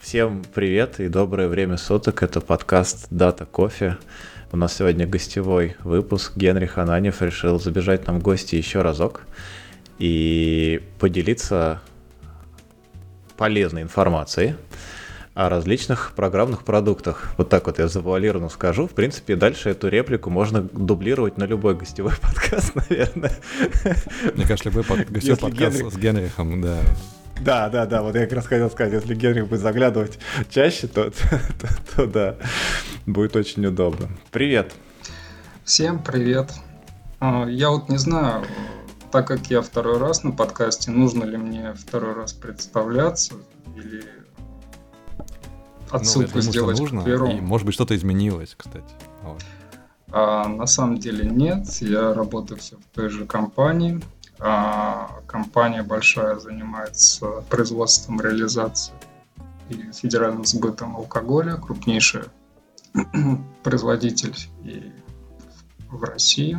Всем привет и доброе время суток. Это подкаст Data Coffee. У нас сегодня гостевой выпуск. Генрих Ананьев решил забежать нам в гости еще разок и поделиться полезной информацией о различных программных продуктах. Вот так вот я завуалированно скажу. В принципе, дальше эту реплику можно дублировать на любой гостевой подкаст, наверное. Мне кажется, любой гостевой подкаст с Генрихом, да. Да, вот я как раз хотел сказать, если Генрих будет заглядывать чаще, то да, будет очень удобно. Привет. Всем привет. Я вот не знаю, так как я второй раз на подкасте, нужно ли мне второй раз представляться или отсылку сделать нужно, к первому. И, может быть, что-то изменилось, кстати. Вот. На самом деле нет, я работаю все в той же компании. Компания большая занимается производством, реализацией и федеральным сбытом алкоголя, крупнейший производитель и в России.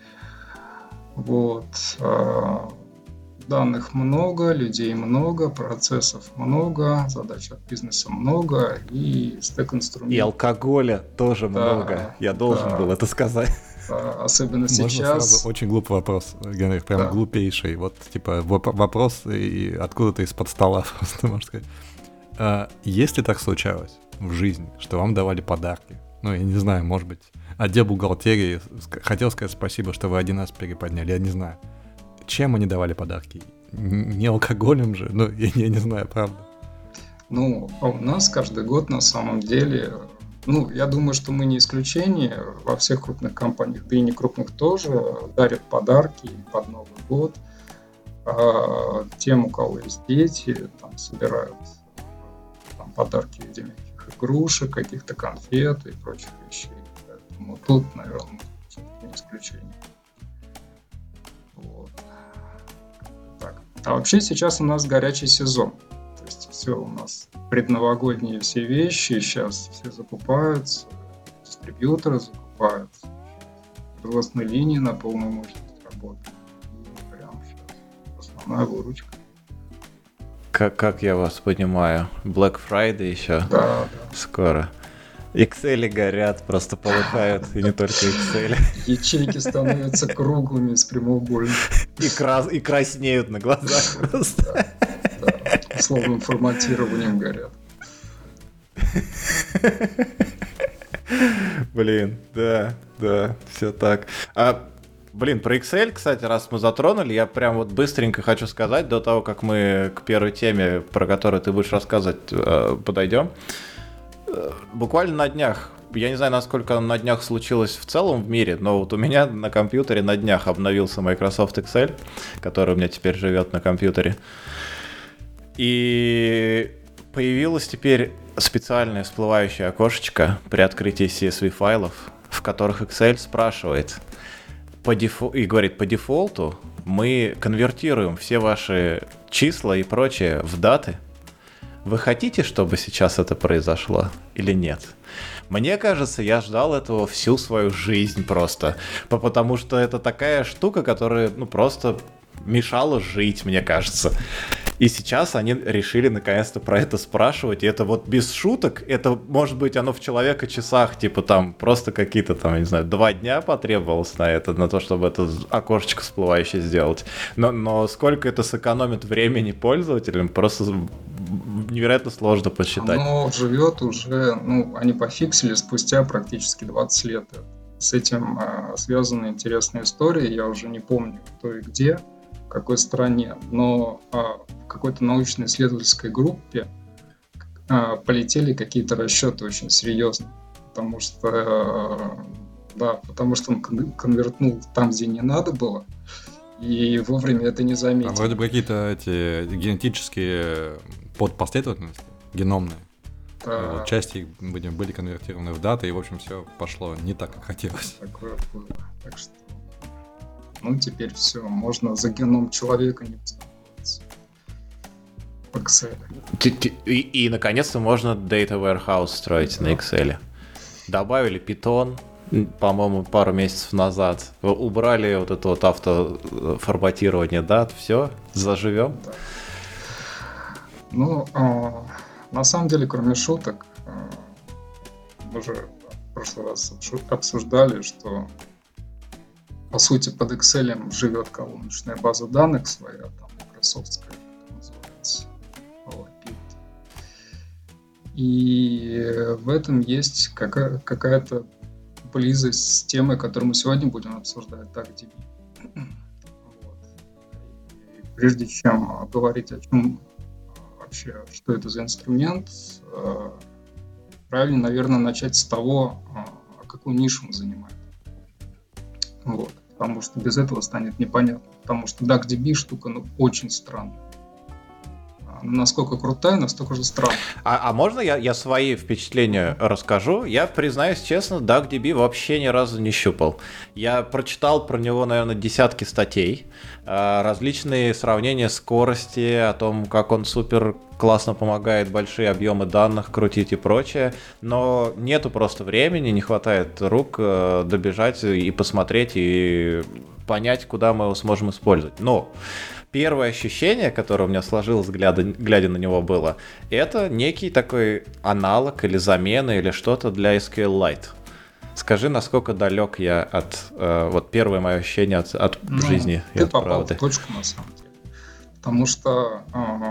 Вот. Данных много, людей много, процессов много, задач от бизнеса много и стек инструментов. И алкоголя тоже много. Я должен был это сказать. Особенно Можно сейчас. Сразу очень глупый вопрос, Генрих, прям глупейший. Вот, типа, вопрос и откуда-то из-под стола просто, можно сказать. Если так случалось в жизни, что вам давали подарки, ну, я не знаю, может быть, отдел бухгалтерии хотел сказать спасибо, что вы один раз переподняли, я не знаю. Чем они давали подарки? Не алкоголем же? Ну, я не знаю, правда. Ну, а у нас каждый год на самом деле... Ну, я думаю, что мы не исключение. Во всех крупных компаниях, да и не крупных тоже, дарят подарки под Новый год. Тем, у кого есть дети, там собирают подарки в виде мягких игрушек, каких-то конфет и прочих вещей. Поэтому тут, наверное, не исключение. Вот. Так. А вообще сейчас у нас горячий сезон. Все у нас предновогодние все вещи, сейчас все закупаются, дистрибьюторы закупаются, производственные линии на полную мощность работают. И прям сейчас основная выручка. Как я вас понимаю, Black Friday еще скоро. Excel горят, просто полыхают, и не только Excel. Ячейки становятся круглыми с прямоугольными. И краснеют на глазах просто. Условным форматированием горят. Блин, да, все так. Про Excel, кстати, раз мы затронули, я прям вот быстренько хочу сказать, до того, как мы к первой теме, про которую ты будешь рассказывать, подойдем. Буквально на днях, я не знаю, насколько на днях случилось в целом в мире, но вот у меня на компьютере на днях обновился Microsoft Excel, который у меня теперь живет на компьютере. И появилось теперь специальное всплывающее окошечко при открытии CSV файлов, в которых Excel спрашивает и говорит, по дефолту мы конвертируем все ваши числа и прочее в даты. Вы хотите, чтобы сейчас это произошло или нет? Мне кажется, я ждал этого всю свою жизнь просто, потому что это такая штука, которая просто мешала жить, мне кажется. И сейчас они решили наконец-то про это спрашивать. И это вот без шуток, это может быть оно в человека-часах, типа там просто какие-то там, я не знаю, 2 дня потребовалось на это, на то, чтобы это окошечко всплывающее сделать. Но сколько это сэкономит времени пользователям, просто невероятно сложно посчитать. Оно живет уже, они пофиксили спустя практически 20 лет. С этим связана интересная история, я уже не помню, кто и где, в какой стране, но в какой-то научно-исследовательской группе полетели какие-то расчеты очень серьезные, потому что он конвертнул там, где не надо было, и вовремя это не заметил. Там вроде бы какие-то эти генетические подпоследовательности, геномные. Вот, части их были конвертированы в даты, и, в общем, все пошло не так, как хотелось. Такое было. Так что, теперь все, можно за геном человека не беспокоиться. В Excel. И наконец-то можно Data Warehouse строить на Excel. Добавили Python, по-моему, пару месяцев назад. Убрали вот это вот автоформатирование дат, все, заживем. Да. На самом деле, кроме шуток, мы уже в прошлый раз обсуждали, что по сути под Excel живет колоночная база данных своя, там Microsoftская, называется PowerPoint. И в этом есть какая-то близость с темой, которую мы сегодня будем обсуждать, DuckDB. Вот. И прежде чем говорить о чем вообще, что это за инструмент, правильно, наверное, начать с того, какую нишу он занимает. Вот. Потому что без этого станет непонятно. Потому что DuckDB штука очень странная. Насколько крутая, настолько же странная. А можно я свои впечатления расскажу? Я, признаюсь честно, DuckDB вообще ни разу не щупал. Я прочитал про него, наверное, десятки статей, различные сравнения скорости, о том, как он супер классно помогает большие объемы данных крутить и прочее, но нету просто времени, не хватает рук добежать и посмотреть, и понять, куда мы его сможем использовать. Но первое ощущение, которое у меня сложилось, глядя на него, было, это некий такой аналог или замена или что-то для SQLite. Скажи, насколько далек я от... вот первое мое ощущение от жизни и от правды. Ты попал в точку, на самом деле. Потому что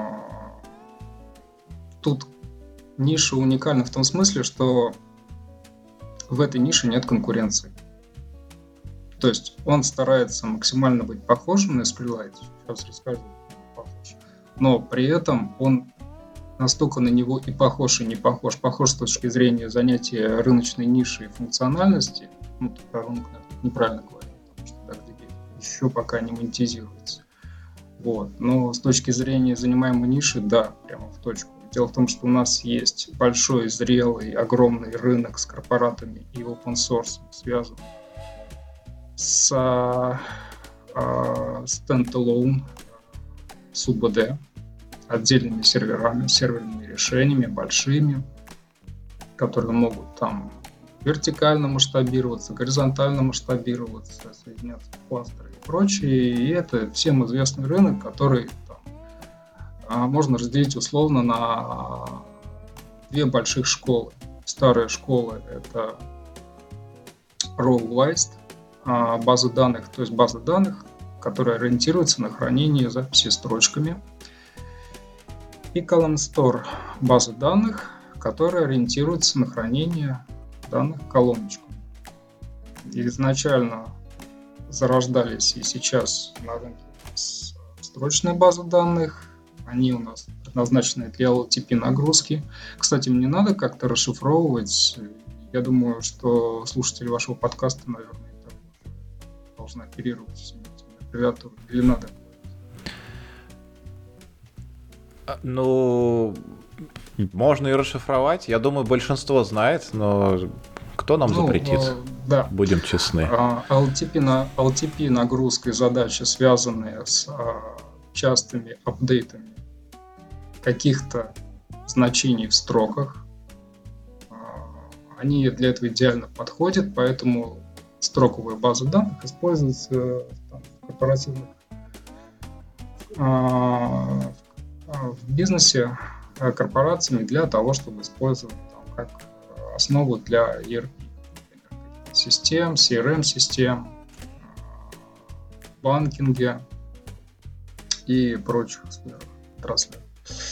тут ниша уникальна в том смысле, что в этой нише нет конкуренции. То есть он старается максимально быть похожим на SQLite, сейчас расскажу, похож. Но при этом он настолько на него и похож, и не похож. Похож с точки зрения занятия рыночной ниши и функциональности. Ну, про рынок неправильно говорю, потому что DuckDB еще пока не монетизируется. Вот. Но с точки зрения занимаемой ниши, да, прямо в точку. Дело в том, что у нас есть большой, зрелый, огромный рынок с корпоратами и open source связан с standalone СУБД, отдельными серверами, серверными решениями, большими, которые могут там вертикально масштабироваться, горизонтально масштабироваться, соединяться в кластеры и прочее. И это всем известный рынок, который там, можно разделить условно на две больших школы. Старая школа — это role-based базы данных, то есть база данных, которая ориентируется на хранение записи строчками. И column store — база данных, которая ориентируется на хранение данных колоночками. Изначально зарождались и сейчас на рынке строчные базы данных. Они у нас предназначены для LLTP нагрузки. Кстати, мне надо как-то расшифровывать. Я думаю, что слушатели вашего подкаста, наверное, должны оперировать всеми этими аббревиатурами. Или надо? Ну, можно и расшифровать. Я думаю, большинство знает, но кто нам запретит? Да. Будем честны. LTP нагрузка и задачи, связанные с частыми апдейтами каких-то значений в строках, они для этого идеально подходят, поэтому строковая база данных используется в корпоративных в бизнесе корпорациями для того, чтобы использовать там, как основу для ERP, систем, CRM-систем, банкинге и прочих сферах отраслях.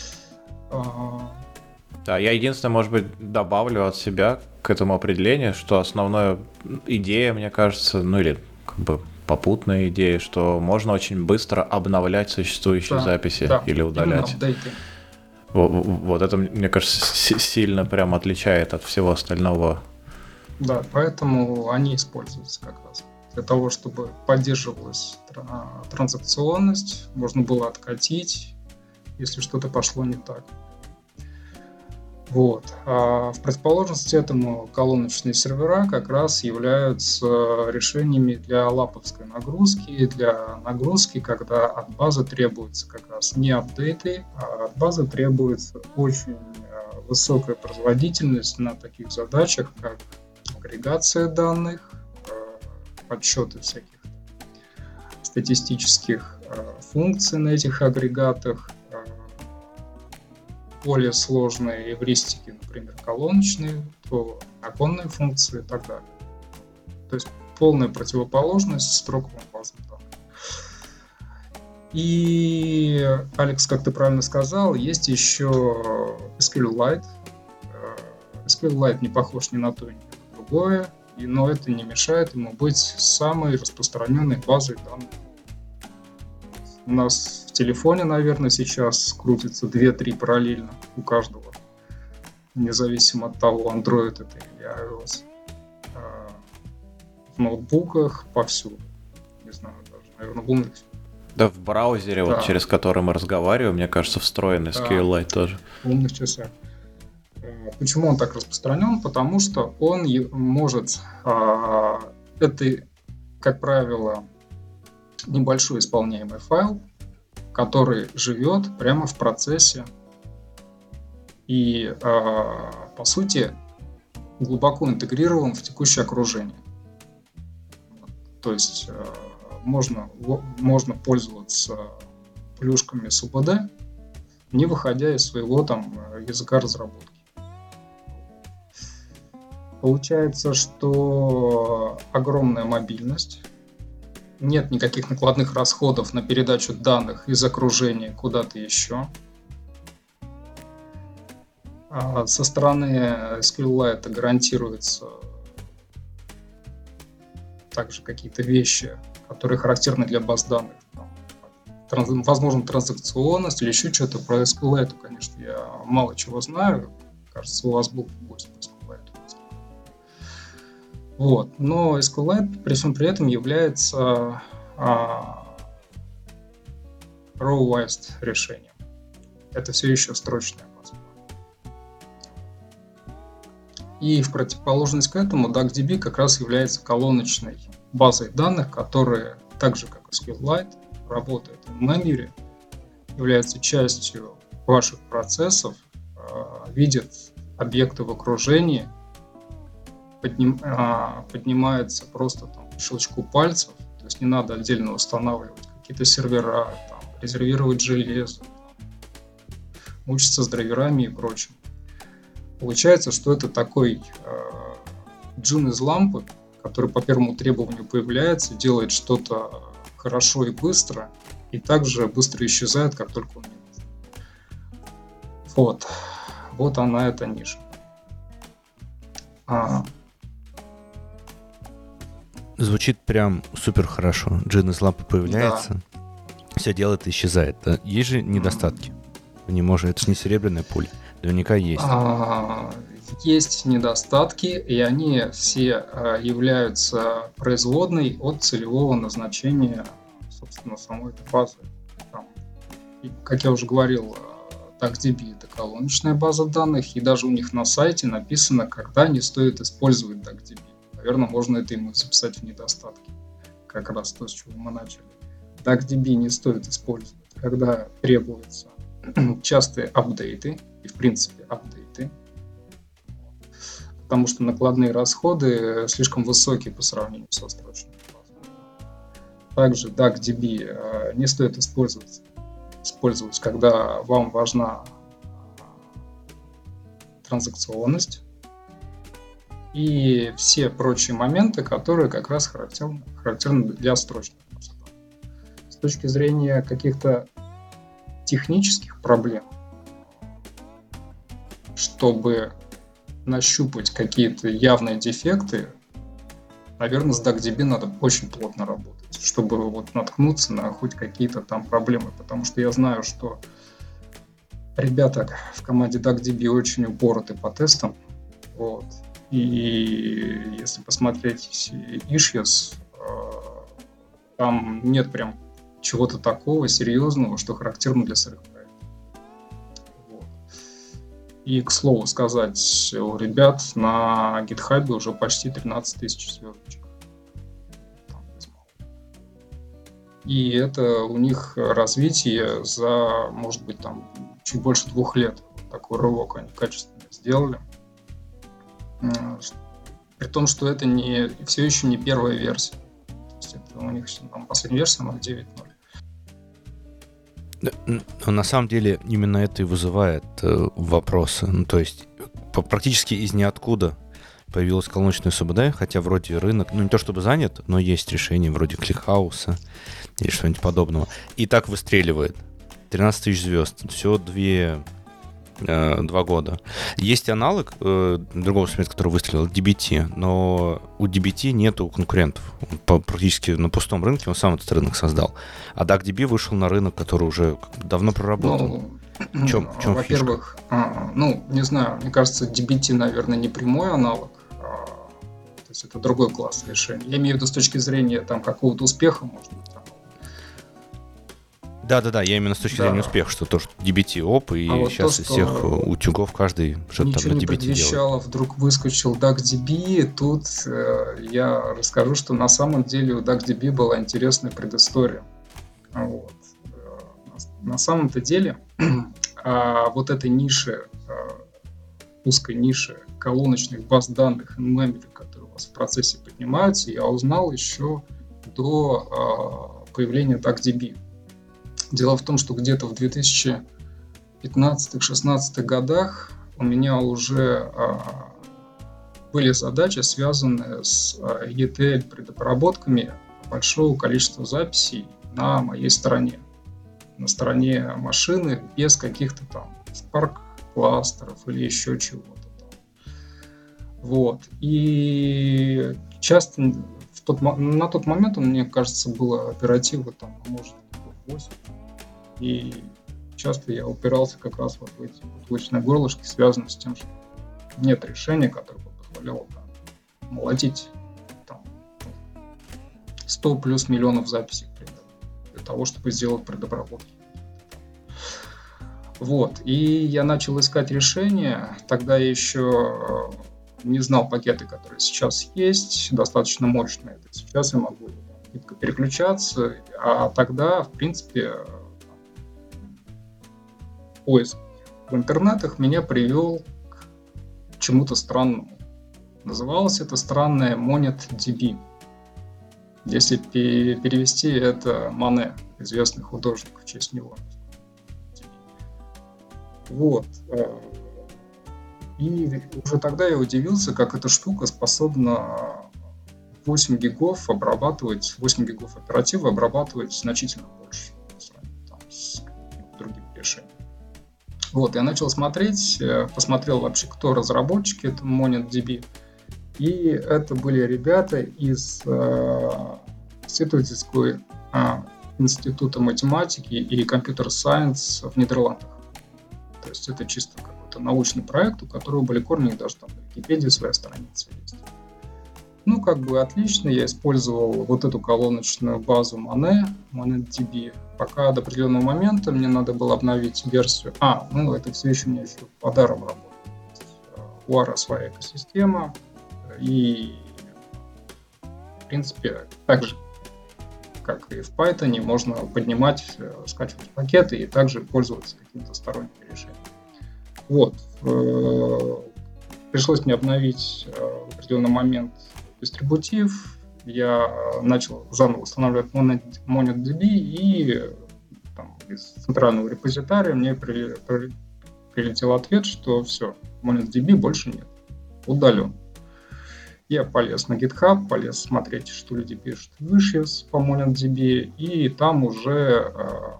Да, я единственное, может быть, добавлю от себя к этому определению, что основная идея, мне кажется, ну или как бы попутная идея, что можно очень быстро обновлять существующие записи или удалять. Вот это, мне кажется, сильно прям отличает от всего остального. Да, поэтому они используются как раз для того, чтобы поддерживалась транзакционность, можно было откатить, если что-то пошло не так. Вот. А в противоположность этому колоночные сервера как раз являются решениями для лаповской нагрузки, для нагрузки, когда от базы требуется как раз не апдейты, а от базы требуется очень высокая производительность на таких задачах, как агрегация данных, подсчеты всяких статистических функций на этих агрегатах, более сложные эвристики, например, колоночные, то оконные функции и так далее. То есть полная противоположность строковым базам данных. И, Алекс, как ты правильно сказал, есть еще SQLite. SQLite не похож ни на то, ни на другое, но это не мешает ему быть самой распространенной базой данных. У нас в телефоне, наверное, сейчас крутится 2-3 параллельно у каждого, независимо от того, Android это или iOS. В ноутбуках повсюду. Не знаю, даже, наверное, в умных. Да, в браузере, Да. вот через который мы разговариваем, мне кажется, встроен SQLite тоже. В умных часах. Почему он так распространен? Потому что он может... Это, как правило, небольшой исполняемый файл, который живет прямо в процессе и, по сути, глубоко интегрирован в текущее окружение. То есть можно пользоваться плюшками СУБД, не выходя из своего там языка разработки. Получается, что огромная мобильность, нет никаких накладных расходов на передачу данных из окружения куда-то еще. Со стороны SQLite гарантируется также какие-то вещи, которые характерны для баз данных. Возможно, транзакционность или еще что-то. Про SQLite, конечно, я мало чего знаю. Кажется, у вас был гость по SQLite. Вот. Но SQLite при всем при этом является row-wise решением. Это все еще строчная база. И в противоположность к этому DuckDB как раз является колоночной базой данных, которая, так же как SQLite, работает в memory, является частью ваших процессов, видит объекты в окружении, поднимается просто там щелчку пальцев, то есть не надо отдельно устанавливать какие-то сервера, там, резервировать железо, мучиться с драйверами и прочим. Получается, что это такой джин из лампы, который по первому требованию появляется, делает что-то хорошо и быстро, и также быстро исчезает, как только он не нужен. Вот она, эта ниша. Звучит прям супер хорошо. Джин из лампы появляется, все делает и исчезает. Есть же недостатки. Не может, это же не серебряная пуля. Наверняка есть. Есть недостатки, и они все являются производной от целевого назначения, собственно, самой этой базы. И, как я уже говорил, DuckDB — это колоночная база данных, и даже у них на сайте написано, когда не стоит использовать DuckDB. Наверное, можно это ему записать в недостатки. Как раз то, с чего мы начали. DuckDB не стоит использовать, когда требуются частые апдейты, и в принципе апдейты, потому что накладные расходы слишком высокие по сравнению со строчной базой. Также DuckDB не стоит использовать, когда вам важна транзакционность и все прочие моменты, которые как раз характерны для строчных баз данных. С точки зрения каких-то технических проблем, чтобы нащупать какие-то явные дефекты, наверное, с DuckDB надо очень плотно работать, чтобы вот наткнуться на хоть какие-то там проблемы, потому что я знаю, что ребята в команде DuckDB очень упороты по тестам, вот. И если посмотреть все issues, там нет прям чего-то такого серьезного, что характерно для сырых проектов. Вот. И, к слову сказать, у ребят на GitHub уже почти 13 тысяч звездочек. И это у них развитие за, может быть, там чуть больше 2 лет. Вот такой рывок они качественно сделали. При том, что это все еще не первая версия. То есть это у них там последняя версия 9.0. Но на самом деле именно это и вызывает вопросы. Ну, то есть практически из ниоткуда появилась колоночная СУБД, хотя вроде рынок, ну не то чтобы занят, но есть решения вроде кликхауса или что-нибудь подобного. И так выстреливает. 13 тысяч звезд. Всего 2 года. Есть аналог другого инструмента, который выстрелил, DBT, но у DBT нету конкурентов. Он практически на пустом рынке, он сам этот рынок создал. А DuckDB вышел на рынок, который уже давно проработан. В чем во-первых, не знаю, мне кажется, DBT, наверное, не прямой аналог. То есть это другой класс решений. Я имею в виду с точки зрения там какого-то успеха, может быть. Да, я именно с точки зрения успеха, что то, что DBT оп, и вот сейчас то, из всех утюгов каждый что-то там на DBT делает. Ничего не предвещало, вдруг выскочил DuckDB, тут я расскажу, что на самом деле у DuckDB была интересная предыстория. Вот. На самом-то деле вот этой нише, узкой нише колоночных баз данных in-memory, которые у вас в процессе поднимаются, я узнал еще до появления DuckDB. Дело в том, что где-то в 2015-16 годах у меня уже были задачи, связанные с ETL предобработками большого количества записей на моей стороне. На стороне машины без каких-то там Spark-кластеров или еще чего-то там. Вот. И часто на тот момент, мне кажется, было оператива там, может, 8. И часто я упирался как раз вот в эти бутылочные горлышки, связанные с тем, что нет решения, которое бы позволяло молотить там 100 плюс миллионов записей для того, чтобы сделать предобработки. Вот. И я начал искать решения. Тогда я еще не знал пакеты, которые сейчас есть, достаточно мощные. Сейчас я могу гибко переключаться, а тогда, в принципе, поиск в интернетах меня привел к чему-то странному. Называлось это странное MonetDB. Если перевести, это Мане, известный художник, в честь него. Вот. И уже тогда я удивился, как эта штука способна 8 гигов оперативы обрабатывать значительно больше по сравнению с другими решениями. Вот, я начал смотреть, посмотрел вообще, кто разработчики этого MonetDB. И это были ребята из исследовательского института математики и компьютер-сайенс в Нидерландах. То есть это чисто какой-то научный проект, у которого были корни, даже там на Википедии своя страница есть. Ну, как бы отлично, я использовал вот эту колоночную базу MonetDB, пока до определенного момента мне надо было обновить версию. Это все еще у меня еще по дарам работает. У Ара своя экосистема, и в принципе, так же, как и в Python, можно поднимать, скачивать пакеты и также пользоваться какими-то сторонними решениями. Вот. Пришлось мне обновить в определенный момент дистрибутив. Я начал заново устанавливать MonetDB, и из центрального репозитария мне прилетел ответ, что все, MonetDB больше нет, удален. Я полез на GitHub, полез смотреть, что люди пишут в wishes по MonetDB, и там уже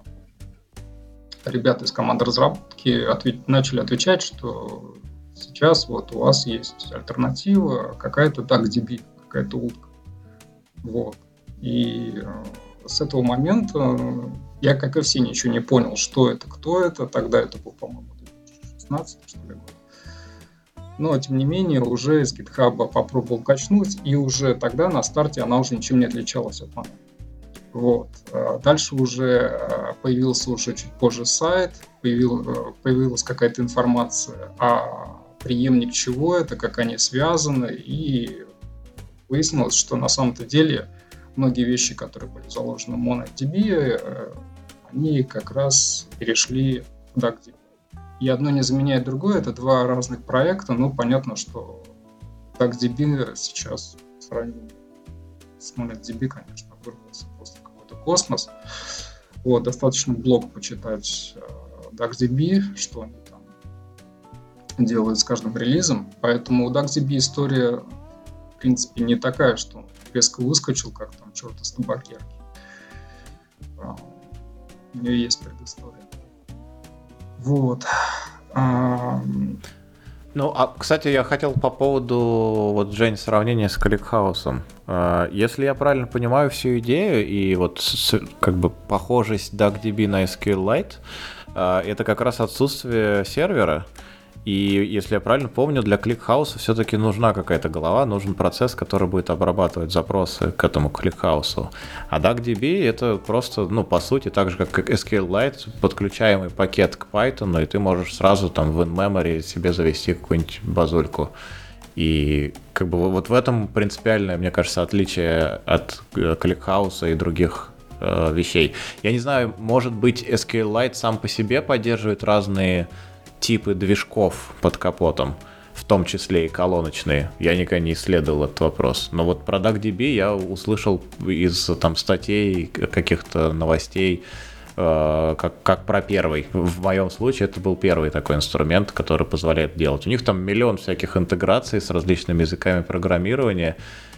ребята из команды разработки начали отвечать, что сейчас вот у вас есть альтернатива, какая-то DuckDB, какая-то утка. Вот. И с этого момента я, как и все, ничего не понял, что это, кто это. Тогда это был, по-моему, 2016, что ли, год. Но, тем не менее, уже из GitHub попробовал качнуть, и уже тогда на старте она уже ничем не отличалась от Monет. Вот. Дальше уже появился уже чуть позже сайт, появилась какая-то информация о преемник чего это, как они связаны, и выяснилось, что на самом-то деле многие вещи, которые были заложены в MonetDB, они как раз перешли в DuckDB. И одно не заменяет другое, это два разных проекта, но понятно, что DuckDB сейчас в сравнении с MonetDB, конечно, вырвался просто какой-то космос. Вот, достаточно блог почитать DuckDB, что они там делают с каждым релизом. Поэтому у DuckDB история, в принципе, не такая, что он резко выскочил, как там черт из табакерки. У нее есть предыстория. Вот. Ну, кстати, я хотел по поводу, вот, Жень, сравнения с ClickHouse. Если я правильно понимаю всю идею, и вот как бы похожесть DuckDB на SQLite, это как раз отсутствие сервера. И если я правильно помню, для ClickHouse все-таки нужна какая-то голова, нужен процесс, который будет обрабатывать запросы к этому ClickHouse. А DuckDB это просто, ну, по сути, так же, как SQLite, подключаемый пакет к Python, и ты можешь сразу там в in-memory себе завести какую-нибудь базульку. И как бы вот в этом принципиальное, мне кажется, отличие от ClickHouse и других вещей. Я не знаю, может быть, SQLite сам по себе поддерживает разные типы движков под капотом, в том числе и колоночные. Я никогда не исследовал этот вопрос. Но вот про DuckDB я услышал из там статей, каких-то новостей, как про первый. В моем случае это был первый такой инструмент, который позволяет делать. У них там миллион всяких интеграций с различными языками программирования,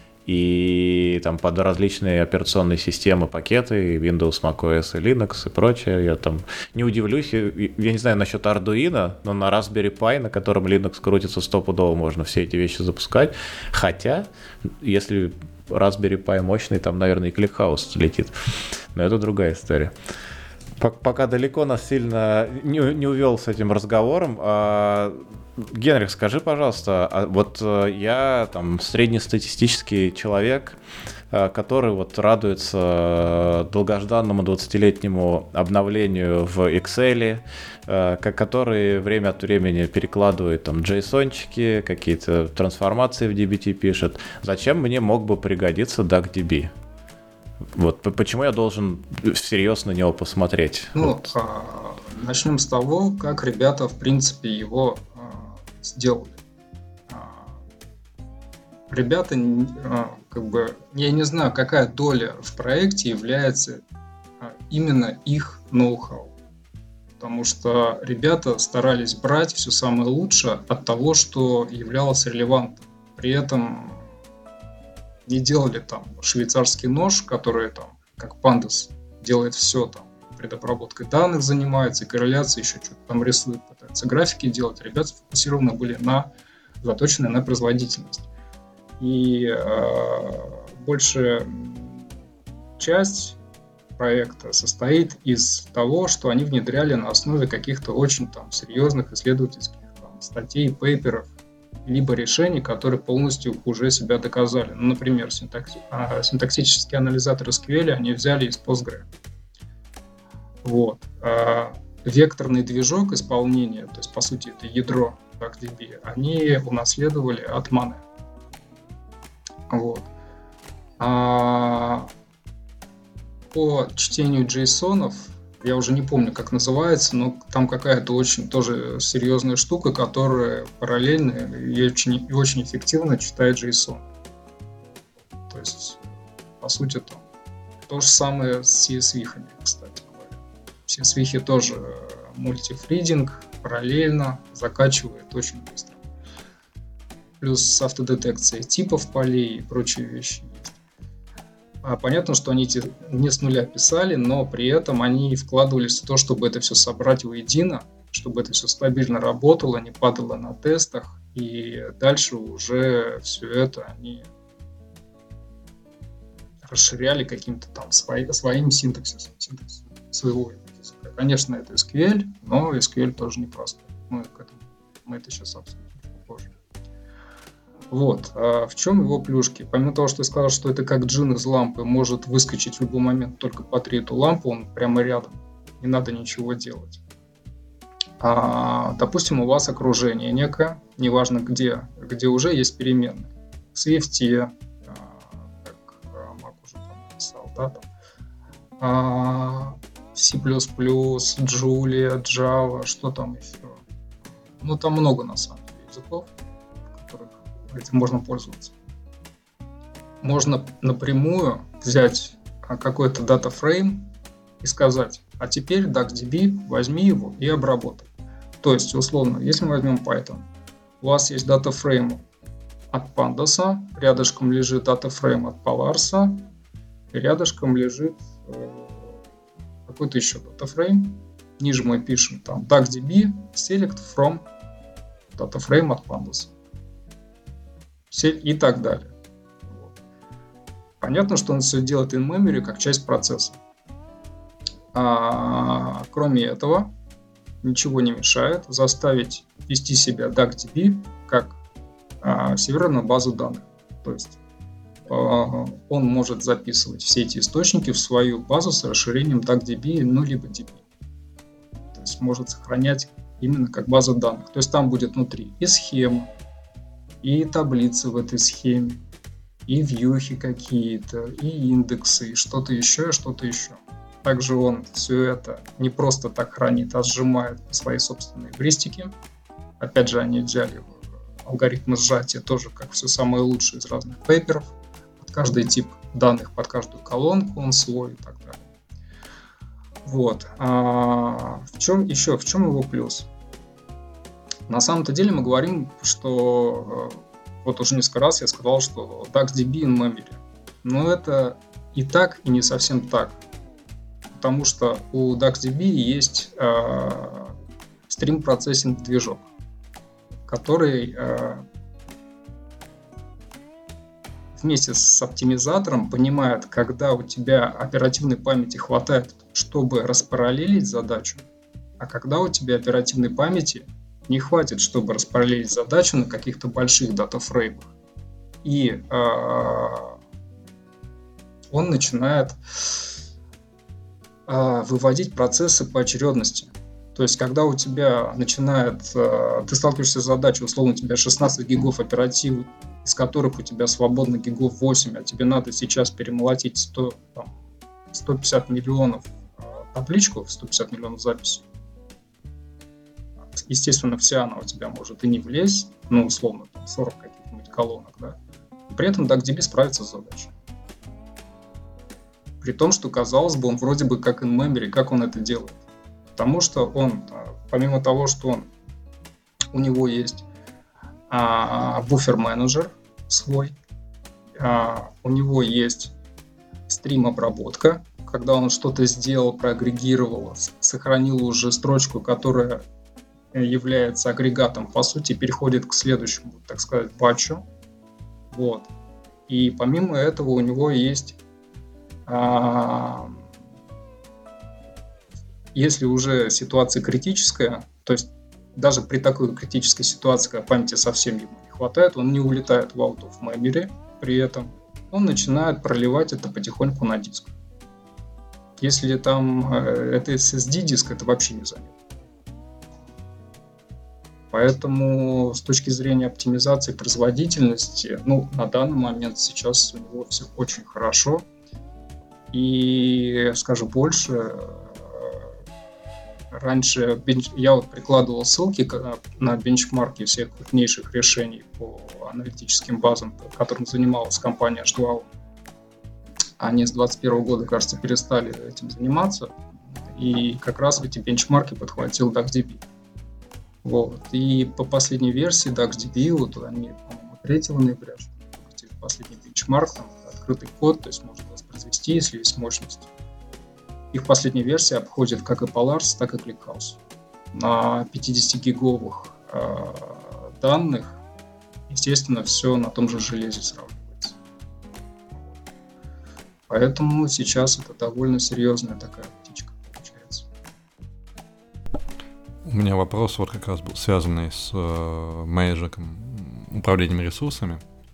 и там под различные операционные системы, пакеты, Windows, macOS и Linux и прочее. Я там не удивлюсь, я не знаю насчет Arduino, но на Raspberry Pi, на котором Linux крутится, стопудово можно все эти вещи запускать. Хотя, если Raspberry Pi мощный, там, наверное, и ClickHouse летит. Но это другая история. Пока далеко нас сильно не увел с этим разговором. Генрих, скажи, пожалуйста, вот я там среднестатистический человек, который вот радуется долгожданному 20-летнему обновлению в Excel, который время от времени перекладывает там JSON-чики, какие-то трансформации в DBT пишет. Зачем мне мог бы пригодиться DuckDB? Вот почему я должен всерьез на него посмотреть? Ну, начнем с того, как ребята, в принципе, его сделали. Ребята, как бы, я не знаю, какая доля в проекте является именно их ноу-хау. Потому что ребята старались брать все самое лучшее от того, что являлось релевантным. При этом не делали там швейцарский нож, который там, как Pandas, делает все там, предобработкой данных занимается, корреляцией еще что-то там рисует, пытается графики делать. Ребята сфокусированы были заточены на производительность. И большая часть проекта состоит из того, что они внедряли на основе каких-то очень там серьезных исследовательских там, статей, пейперов, либо решений, которые полностью уже себя доказали. Ну, например, синтаксический анализатор SQL они взяли из Postgre. Вот. Векторный движок исполнения, то есть, по сути, это ядро DuckDB, они унаследовали от Mane. Вот. По чтению JSON-ов, я уже не помню, как называется, но там какая-то очень тоже серьезная штука, которая параллельно и очень эффективно читает JSON. То есть, по сути, там то же самое с CSV-хами, кстати говоря. CSV-хи тоже мультифридинг, параллельно закачивает очень быстро. Плюс автодетекция типов полей и прочие вещи есть. Понятно, что они не с нуля писали, но при этом они вкладывались в то, чтобы это все собрать воедино, чтобы это все стабильно работало, не падало на тестах, и дальше уже все это они расширяли каким-то там своим синтаксисом своего языка. Конечно, это SQL, но SQL тоже непростой. Мы это сейчас обсудим позже. Вот. В чем его плюшки? Помимо того, что я сказал, что это как джин из лампы, может выскочить в любой момент только потри эту лампу, он прямо рядом, не надо ничего делать. Допустим, у вас окружение некое, неважно где уже есть переменные. Swift, как Мак уже там написал, да, там, C++, Julia, Java, что там еще. Ну, там много, на самом деле, языков, которых этим можно пользоваться. Можно напрямую взять какой-то датафрейм и сказать, а теперь DuckDB, возьми его и обработай. То есть, условно, если мы возьмем Python, у вас есть датафрейм от Pandas, рядышком лежит датафрейм от Polaris, и рядышком лежит какой-то еще датафрейм. Ниже мы пишем там DuckDB select from датафрейм от Pandas. И так далее. Понятно, что он все делает in-memory как часть процесса. А кроме этого, ничего не мешает заставить вести себя DuckDB как серверную базу данных. То есть он может записывать все эти источники в свою базу с расширением DuckDB, ну либо DB. То есть может сохранять именно как базу данных. То есть там будет внутри и схема, и таблицы в этой схеме, и вьюхи какие-то, и индексы, и что-то еще, и что-то еще. Также он все это не просто так хранит, а сжимает по своей собственной эвристике. Опять же, они взяли алгоритмы сжатия тоже как все самое лучшее из разных пейперов. Под каждый тип данных, под каждую колонку он свой и так далее. Вот. В чем его плюс? На самом-то деле мы говорим, что вот уже несколько раз я сказал, что DuckDB in memory. Но это и так, и не совсем так. Потому что у DuckDB есть стрим-процессинг движок, который вместе с оптимизатором понимает, когда у тебя оперативной памяти хватает, чтобы распараллелить задачу, а когда у тебя оперативной памяти не хватит, чтобы распараллелить задачу на каких-то больших датафреймах. И он начинает выводить процессы по очередности. То есть, когда у тебя начинает... Ты сталкиваешься с задачей, условно, у тебя 16 гигов оперативы, из которых у тебя свободно гигов 8, а тебе надо сейчас перемолотить 150 миллионов табличку, 150 миллионов записей. Естественно, вся она у тебя может и не влезть, ну, условно, 40 каких-нибудь колонок, да. И при этом DuckDB справится с задачей. При том, что, казалось бы, он вроде бы как in-memory, как он это делает. Потому что он, помимо того, что у него есть буфер-менеджер свой, у него есть стрим-обработка, когда он что-то сделал, проагрегировал, сохранил уже строчку, которая является агрегатом, по сути, переходит к следующему, так сказать, батчу. Вот. И помимо этого у него есть, если уже ситуация критическая, то есть даже при такой критической ситуации, когда памяти совсем ему не хватает, он не улетает в out of memory, при этом он начинает проливать это потихоньку на диск. Если там это SSD-диск, это вообще не заметно. Поэтому с точки зрения оптимизации производительности, на данный момент сейчас у него все очень хорошо. И скажу больше, раньше я прикладывал ссылки на бенчмарки всех крупнейших решений по аналитическим базам, которым занималась компания H2O. Они с 2021 года, кажется, перестали этим заниматься. И как раз в эти бенчмарки подхватил DuckDB. Вот. И по последней версии DuckDB, вот они, по-моему, 3 ноября, последний бенчмарк, там, открытый код, то есть можно воспроизвести, если есть мощность. Их последняя версия обходит как и Polaris, так и ClickHouse. На 50-гиговых данных, естественно, все на том же железе сравнивается. Поэтому сейчас это довольно серьезная такая птичка получается. У меня вопрос вот как раз был связанный с менеджером, управлением ресурсами.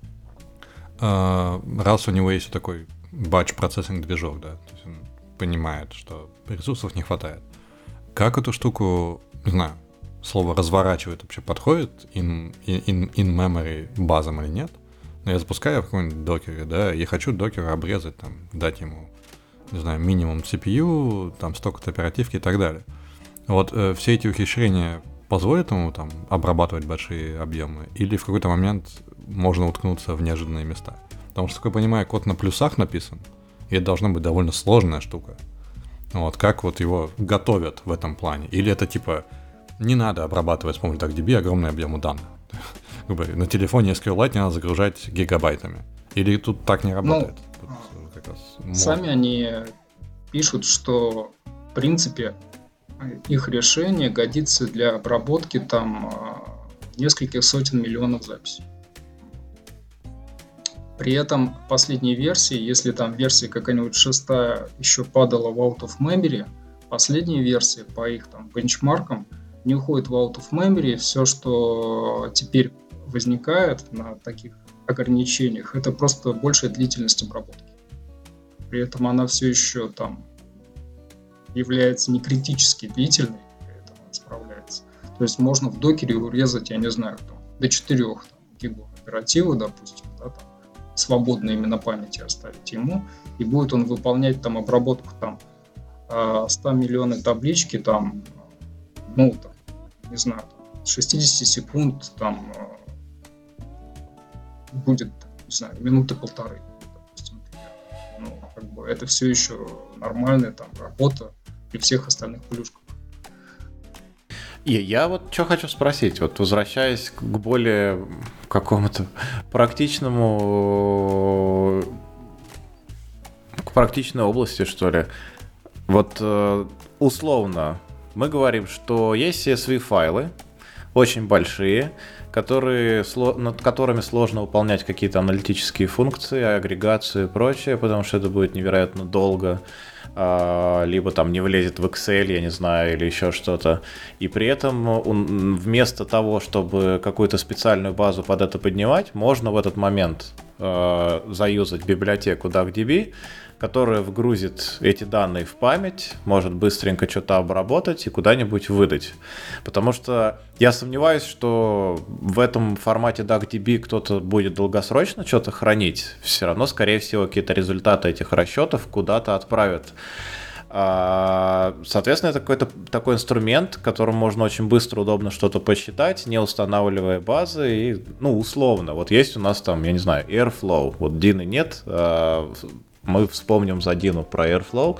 Раз у него есть такой батч-процессинг движок, да, то есть он понимает, что ресурсов не хватает. Как эту штуку, не знаю, слово разворачивает вообще подходит in-memory базам или нет? Но я запускаю в каком-нибудь докере, да, и хочу докера обрезать, там, дать ему, не знаю, минимум CPU, там, столько-то оперативки и так далее. Вот все эти ухищрения позволят ему там обрабатывать большие объемы, или в какой-то момент можно уткнуться в неожиданные места? Потому что, как я понимаю, код на плюсах написан, и это должна быть довольно сложная штука. Вот, как вот его готовят в этом плане? Или это типа не надо обрабатывать с помощью DuckDB огромный объем данных? На телефоне SQLite не надо загружать гигабайтами. Или тут так не работает? Сами они пишут, что в принципе их решение годится для обработки там нескольких сотен миллионов записей. При этом в последней версии, если там версия какая-нибудь 6 еще падала в out of memory, последняя версия по их там бенчмаркам не уходит в out of memory. Все, что теперь возникает на таких ограничениях, это просто большая длительность обработки. При этом она все еще там является не критически длительной, при этом она справляется. То есть можно в докере урезать, я не знаю, там, до 4 гигов оперативы, допустим, да, там, свободно именно памяти оставить ему, и будет он выполнять там обработку там 100 миллионов таблички, там, ну, там, не знаю, там, 60 секунд, там, будет, не знаю, минуты полторы, допустим. Ну, как бы это все еще нормальная там работа при всех остальных плюшках. И я вот что хочу спросить, вот возвращаясь к более какому-то практичной области, что ли. Вот условно мы говорим, что есть CSV-файлы, очень большие, над которыми сложно выполнять какие-то аналитические функции, агрегацию и прочее, потому что это будет невероятно долго, либо там не влезет в Excel, я не знаю, или еще что-то. И при этом вместо того, чтобы какую-то специальную базу под это поднимать, можно в этот момент заюзать библиотеку DuckDB, которая вгрузит эти данные в память, может быстренько что-то обработать и куда-нибудь выдать. Потому что я сомневаюсь, что в этом формате DuckDB кто-то будет долгосрочно что-то хранить. Все равно, скорее всего, какие-то результаты этих расчетов куда-то отправят. Соответственно, это какой-то такой инструмент, которым можно очень быстро, удобно что-то посчитать, не устанавливая базы. И, ну, условно, вот есть у нас там, я не знаю, Airflow. Вот Дины нет, мы вспомним за Дину про Airflow.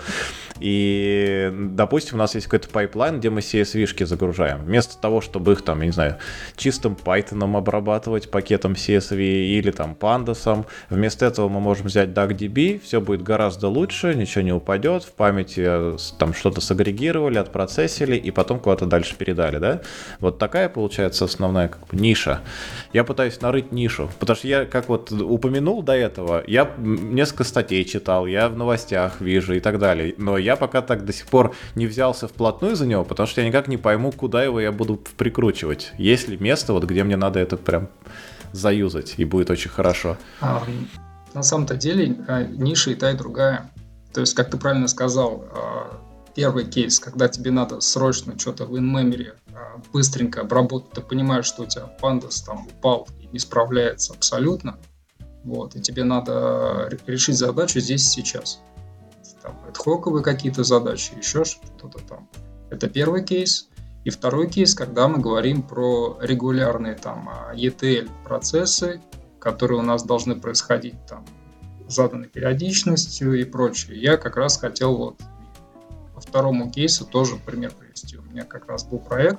И, допустим, у нас есть какой-то пайплайн, где мы CSV-шки загружаем. Вместо того, чтобы их там, я не знаю, чистым Python обрабатывать, пакетом CSV или там Pandas, вместо этого мы можем взять DuckDB, все будет гораздо лучше, ничего не упадет, в памяти там что-то сагрегировали, отпроцессили и потом куда-то дальше передали, да? Вот такая получается основная как бы ниша. Я пытаюсь нарыть нишу, потому что я, как вот упомянул до этого, я несколько статей читал, я в новостях вижу и так далее, но я пока так до сих пор не взялся вплотную за него, потому что я никак не пойму, куда его я буду прикручивать. Есть ли место, вот, где мне надо это прям заюзать, и будет очень хорошо? На самом-то деле ниша и та, и другая. То есть, как ты правильно сказал, первый кейс, когда тебе надо срочно что-то в in-memory быстренько обработать, ты понимаешь, что у тебя Pandas там упал и не справляется абсолютно, вот, и тебе надо решить задачу здесь и сейчас. Ad-hoc какие-то задачи, еще что-то там. Это первый кейс. И второй кейс, когда мы говорим про регулярные там ETL процессы, которые у нас должны происходить там заданной периодичностью и прочее. Я как раз хотел вот по второму кейсу тоже пример привести. У меня как раз был проект.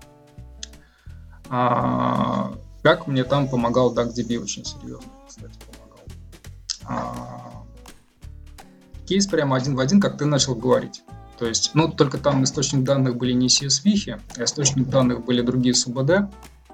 Как мне там помогал DuckDB очень серьезно, кстати, помогал. Кейс прямо один в один, как ты начал говорить. То есть, ну, только там источник данных были не CSV, а источник данных были другие СУБД.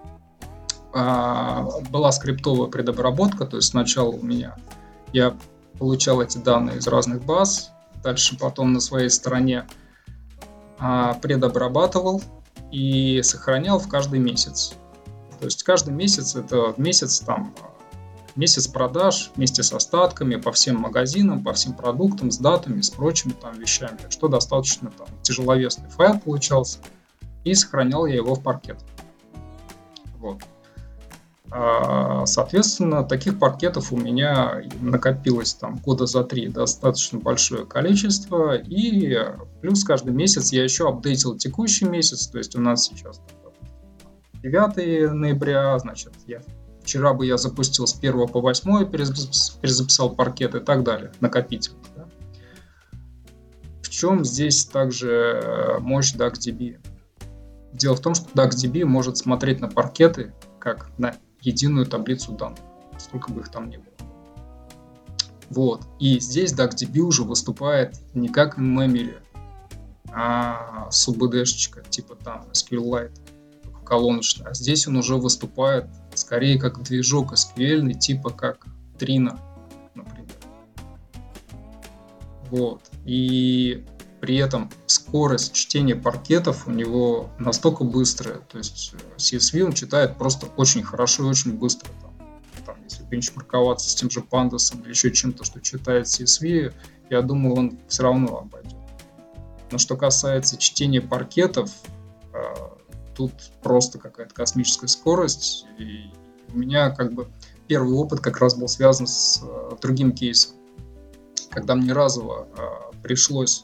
Была скриптовая предобработка, то есть сначала я получал эти данные из разных баз, дальше потом на своей стороне предобрабатывал и сохранял в каждый месяц. То есть каждый месяц это месяц продаж вместе с остатками по всем магазинам, по всем продуктам, с датами, с прочими там вещами. Что достаточно там тяжеловесный файл получался. И сохранял я его в паркет. Вот. Соответственно, таких паркетов у меня накопилось там года за 3 достаточно большое количество. И плюс каждый месяц я еще апдейтил текущий месяц. То есть у нас сейчас 9 ноября, значит, вчера бы я запустил с 1 по 8, перезаписал паркет и так далее, накопитель. Да? чем здесь также мощь DuckDB? Дело в том, что DuckDB может смотреть на паркеты как на единую таблицу данных, сколько бы их там ни было. Вот. И здесь DuckDB уже выступает не как in-memory, а с UBD-шечка, типа там SQLite, колоночный. А здесь он уже выступает скорее как движок SQL-ный, типа как Trino, например. Вот. И при этом скорость чтения паркетов у него настолько быстрая. То есть CSV он читает просто очень хорошо и очень быстро. Там, если бенчмарковаться с тем же Pandas или еще чем-то, что читает CSV, я думаю, он все равно обойдет. Но что касается чтения паркетов, тут просто какая-то космическая скорость. И у меня как бы первый опыт как раз был связан с другим кейсом. Когда мне разово пришлось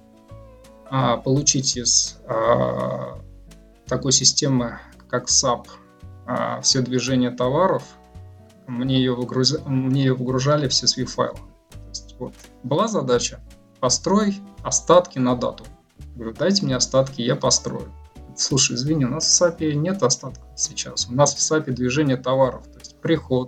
получить из такой системы, как SAP, все движения товаров, мне ее выгружали в CSV-файлы. Вот. Была задача: построй остатки на дату. Говорю, дайте мне остатки, я построю. Слушай, извини, у нас в SAP нет остатков сейчас. У нас в SAP движение товаров, то есть приход,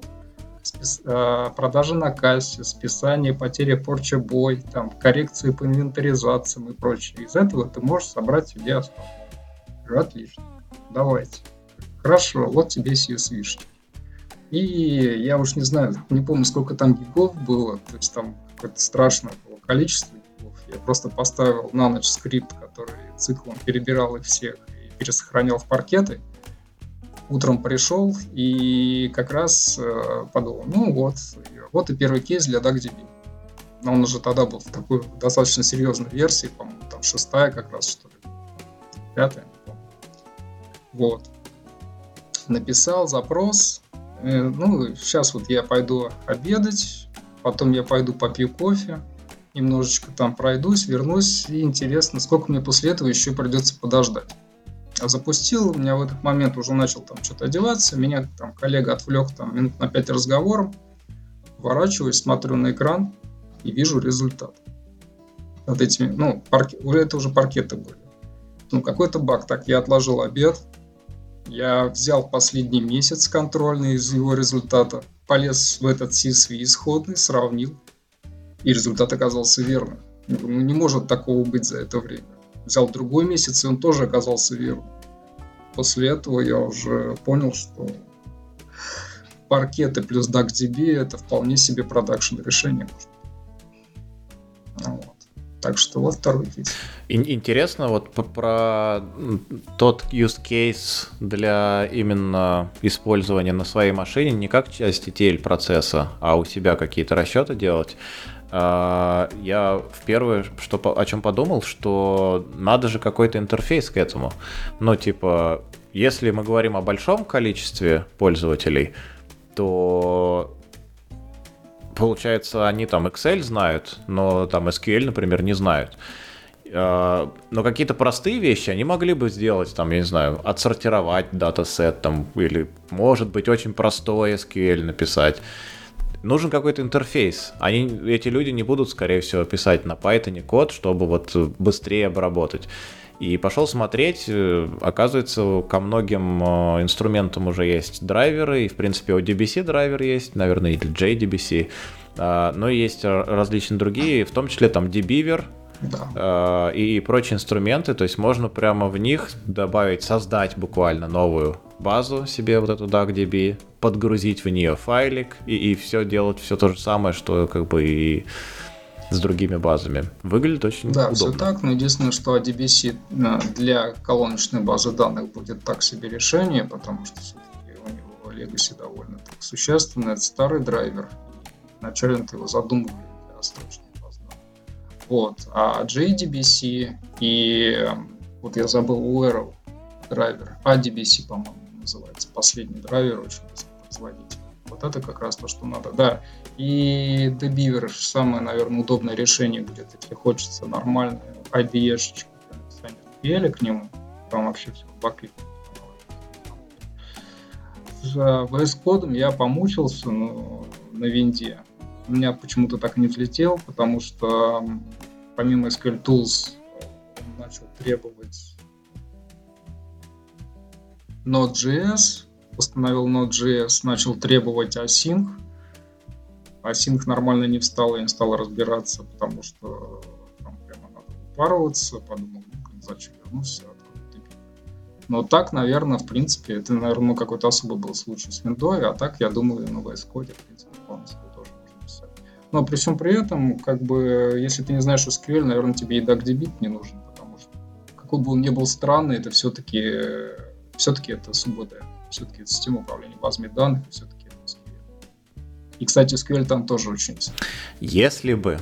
продажи на кассе, списание, потеря, порча, бой, там, коррекции по инвентаризациям и прочее. Из этого ты можешь собрать себе остатки. Говорю, отлично, давайте. Хорошо, вот тебе CSV-шки. И я уж не знаю, не помню, сколько там гигов было, то есть там какое-то страшное было количество гигов. Я просто поставил на ночь скрипт, который циклом перебирал их всех и пересохранял в паркеты. Утром пришел и как раз подумал, ну вот и первый кейс для DuckDB. Но он уже тогда был в такой достаточно серьезной версии, по-моему, там 6-я как раз, что ли, 5-я, не помню. Вот. Написал запрос. Сейчас вот я пойду обедать, потом я пойду попью кофе, немножечко там пройдусь, вернусь, и интересно, сколько мне после этого еще придется подождать. Запустил, у меня в этот момент уже начал там что-то одеваться, меня там коллега отвлек там минут на 5 разговором, поворачиваюсь, смотрю на экран и вижу результат. Вот этими, это уже паркеты были. Какой-то баг. Так, я отложил обед, я взял последний месяц контрольный из его результата, полез в этот CSV исходный, сравнил, и результат оказался верным. Не может такого быть за это время. Взял другой месяц, и он тоже оказался верным. После этого я уже понял, что паркеты плюс DuckDB — это вполне себе продакшн решение. Вот. Так что вот второй кейс. Интересно вот про тот use case для именно использования на своей машине не как часть ETL процесса, а у себя какие-то расчеты делать. Я первое, о чем подумал, что надо же какой-то интерфейс к этому. Если мы говорим о большом количестве пользователей, то получается, они там Excel знают, но там SQL, например, не знают. Но какие-то простые вещи они могли бы сделать, там, я не знаю, отсортировать датасет, там, или, может быть, очень простой SQL написать. Нужен какой-то интерфейс. Эти люди не будут, скорее всего, писать на Python код, чтобы вот быстрее обработать. И пошел смотреть, оказывается, ко многим инструментам уже есть драйверы, и, в принципе, ODBC драйвер есть, наверное, или JDBC, но есть различные другие, в том числе там dbeaver, да, и прочие инструменты, то есть можно прямо в них создать буквально новую базу себе, вот эту DuckDB, подгрузить в нее файлик и все делать, все то же самое, что как бы и с другими базами. Выглядит очень удобно. Да, все так, но единственное, что ODBC для колоночной базы данных будет так себе решение, потому что все-таки у него legacy довольно так существенный, это старый драйвер, изначально-то его задумывали для строчной базы данных. Вот, а JDBC и вот я забыл URL драйвер, ADBC, по-моему, называется, последний драйвер, очень производительный. Вот это как раз то, что надо, да. И dbeaver самое, наверное, удобное решение будет, если хочется нормальную IDE-шечку для написания SQL к нему. Там вообще все в баке. С VS Code я помучился, но на винде. У меня почему-то так и не взлетел, потому что помимо SQL Tools он начал требовать Node.js, установил Node.js, начал требовать Async. Async нормально не встал, я не стал разбираться, потому что там прямо надо упарываться, подумал, зачем вернулся, откуда ты. Но так, наверное, в принципе, это, наверное, какой-то особый был случай с Windows, а так, я думаю, на VS Code, в принципе, вполне себе тоже можно писать. Но при всем при этом, как бы, если ты не знаешь SQL, наверное, тебе и DuckDB не нужен, потому что, какой бы он ни был странный, это все-таки это СУБД, все-таки это система управления базами данных, и все-таки это SQL. И, кстати, SQL там тоже очень... Если бы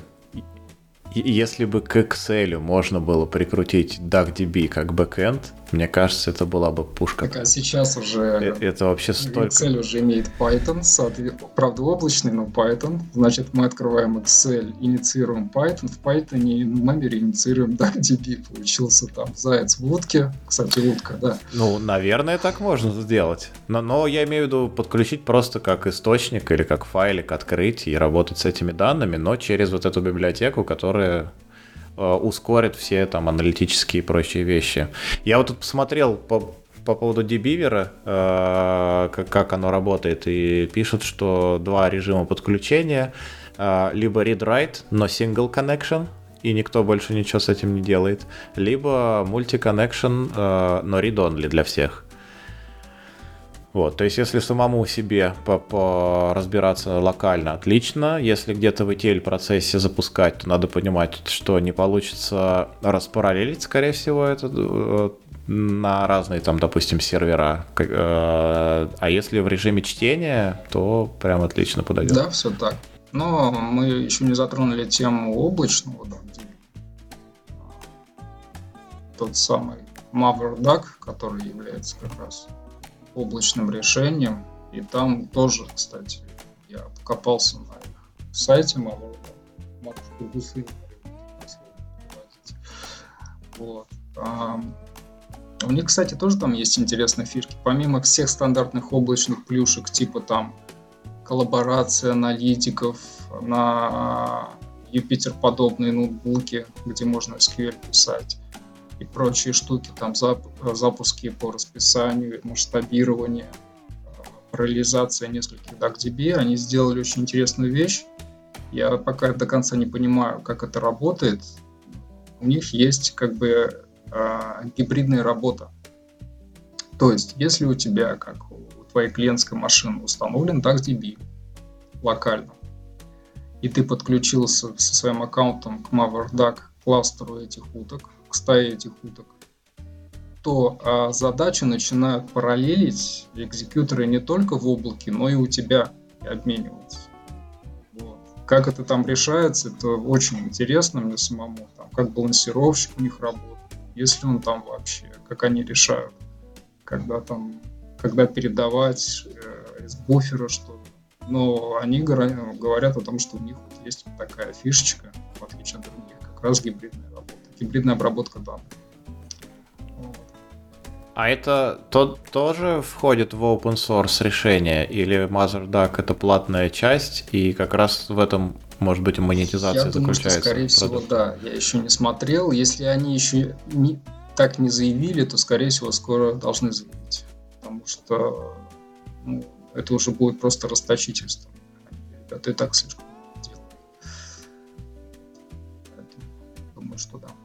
к Excel можно было прикрутить DuckDB как бэкэнд, мне кажется, это была бы пушка. Так, а сейчас уже... Это вообще столько... Excel уже имеет Python, правда облачный, но Python. Значит, мы открываем Excel, инициируем Python. В Python и Memory инициируем DuckDB. Получился там заяц в утке. Кстати, утка, да. Ну, наверное, так можно сделать. Но я имею в виду подключить просто как источник или как файлик, открыть и работать с этими данными, но через вот эту библиотеку, которая ускорит все там аналитические и прочие вещи. Я вот тут посмотрел по поводу Dbeaver, как оно работает, и пишут, что два режима подключения, либо read-write, но single connection, и никто больше ничего с этим не делает, либо multi-connection, но read-only для всех. Вот, то есть, если самому себе разбираться локально, отлично. Если где-то в ETL-процессе запускать, то надо понимать, что не получится распараллелить, скорее всего, это на разные, там, допустим, сервера. А если в режиме чтения, то прям отлично подойдет. Да, все так. Но мы еще не затронули тему облачного, да, где тот самый Mavr-Duck, который является как раз облачным решением, и там тоже, кстати, я покопался на их сайте матушку Гусы. Вот. У них, кстати, тоже там есть интересные фишки. Помимо всех стандартных облачных плюшек, типа там коллаборация аналитиков на Юпитер-подобные ноутбуки, где можно SQL писать, и прочие штуки, там запуски по расписанию, масштабирование, параллелизация нескольких DuckDB, они сделали очень интересную вещь. Я пока до конца не понимаю, как это работает. У них есть как бы гибридная работа. То есть, если у тебя, как у твоей клиентской машины, установлен DuckDB локально, и ты подключился со своим аккаунтом к Mavr-Duck кластеру этих уток, к стае этих уток, то задачи начинают параллелить экзекьюторы не только в облаке, но и у тебя и обмениваться. Вот. Как это там решается, это очень интересно мне самому. Там, как балансировщик у них работает, если он там вообще, как они решают, когда передавать из буфера что-то. Но они говорят о том, что у них вот есть вот такая фишечка, в отличие от других, как раз гибридная работа, гибридная обработка данных. Вот. А это тоже входит в open source решение, или Mavr-Duck это платная часть, и как раз в этом, может быть, монетизация заключается? Я думаю, что, скорее всего, да. Я еще не смотрел. Если они еще так не заявили, то, скорее всего, скоро должны заявить. Потому что это уже будет просто расточительство. Ребята и так слишком делают. Поэтому думаю, что да.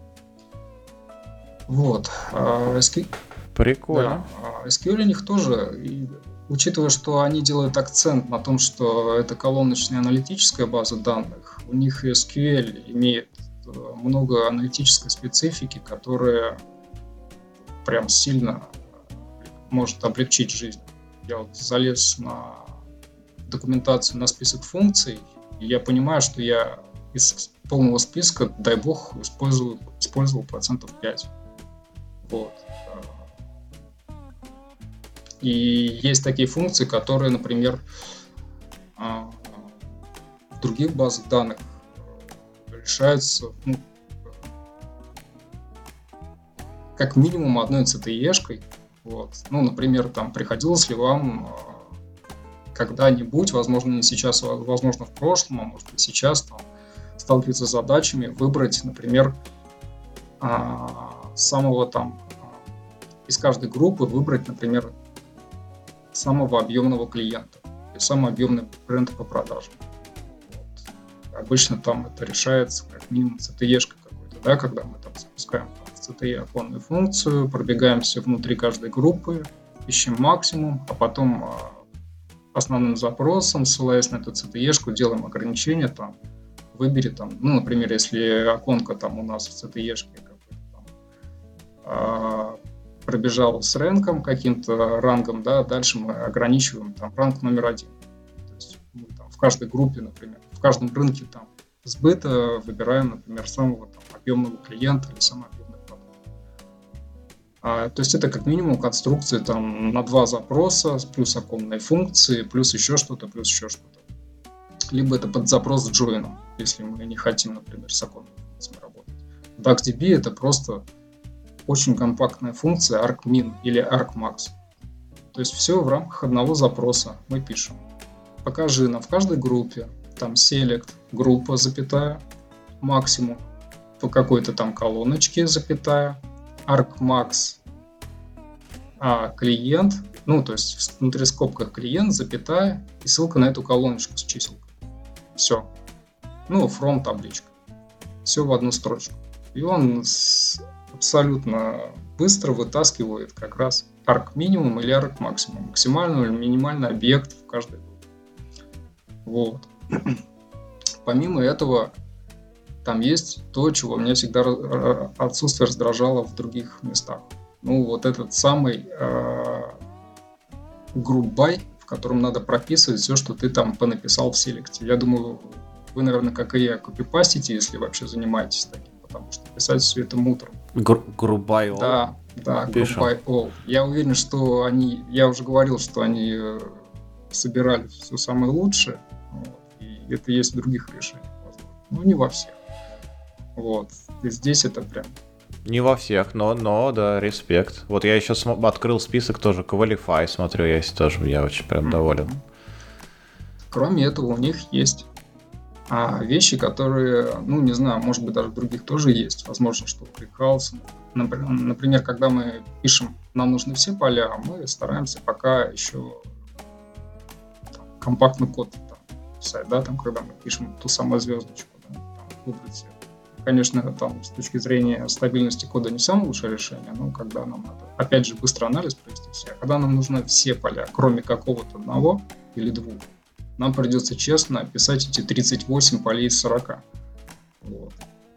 Вот. Прикольно. Да. SQL у них тоже, и, учитывая, что они делают акцент на том, что это колоночная аналитическая база данных, у них SQL имеет много аналитической специфики, которая прям сильно может облегчить жизнь. Я вот залез на документацию, на список функций, и я понимаю, что я из полного списка, дай бог, использовал 5%. Вот. И есть такие функции, которые, например, в других базах данных решаются как минимум одной CTE-шкой. Вот. Например, там приходилось ли вам когда-нибудь, возможно, не сейчас, возможно, в прошлом, а может быть сейчас, там, сталкивается с задачами выбрать, например, самого там из каждой группы выбрать, например, самого объемного клиента и самый объемный бренд по продажам. Вот. Обычно там это решается как минимум CTE-шкой какой-то, да, когда мы там запускаем в CTE оконную функцию, пробегаемся внутри каждой группы, ищем максимум, а потом основным запросом, ссылаясь на эту CTE-шку, делаем ограничения, там, выбери там, ну, например, если оконка там у нас в CTE-шке пробежал с рэнком, каким-то рангом, да, дальше мы ограничиваем там ранг номер 1. То есть мы там в каждой группе, например, в каждом рынке там сбыта выбираем, например, самого там объемного клиента или самый объемный продукт. То есть это как минимум конструкции там на 2 запроса, плюс оконные функции, плюс еще что-то. Либо это под запрос с джойном, если мы не хотим, например, с оконными функциями работать. В DuckDB это просто очень компактная функция argmin или argmax. То есть все в рамках одного запроса мы пишем. Покажи нам в каждой группе, там select, группа, запятая, максимум по какой-то там колоночке, запятая, argmax, клиент, ну то есть внутри скобках клиент, запятая, и ссылка на эту колоночку с чиселкой. Все. Ну, from табличка. Все в одну строчку. И он абсолютно быстро вытаскивает как раз arg минимум или arg максимум, максимальный или минимальный объект в каждой группе. Вот. Помимо этого, там есть то, чего меня всегда отсутствие раздражало в других местах. Ну, вот этот самый group by, в котором надо прописывать все, что ты там понаписал в селекте. Я думаю, вы, наверное, как и я, копипастите, если вообще занимаетесь таким, потому что писать все это муторно. Group by all? Да, group by all. Я уверен, что я уже говорил, что они собирали все самое лучшее, вот, и это есть в других решениях, возможно. Ну, не во всех. Вот. И здесь это прям... Не во всех, но да, респект. Вот я еще открыл список тоже Qualify, смотрю, я очень прям доволен. Кроме этого, у них есть вещи, которые, ну, не знаю, может быть, даже в других тоже есть. Возможно, что в ClickHouse. Например, когда мы пишем, нам нужны все поля, мы стараемся пока еще компактный код писать, да, там, когда мы пишем ту самую звездочку, да, там, выбрать. Конечно, там, с точки зрения стабильности кода не самое лучшее решение, но когда нам надо, опять же, быстро анализ провести все, когда нам нужны все поля, кроме какого-то одного или двух, нам придется честно писать эти 38 полей из 40. Вот.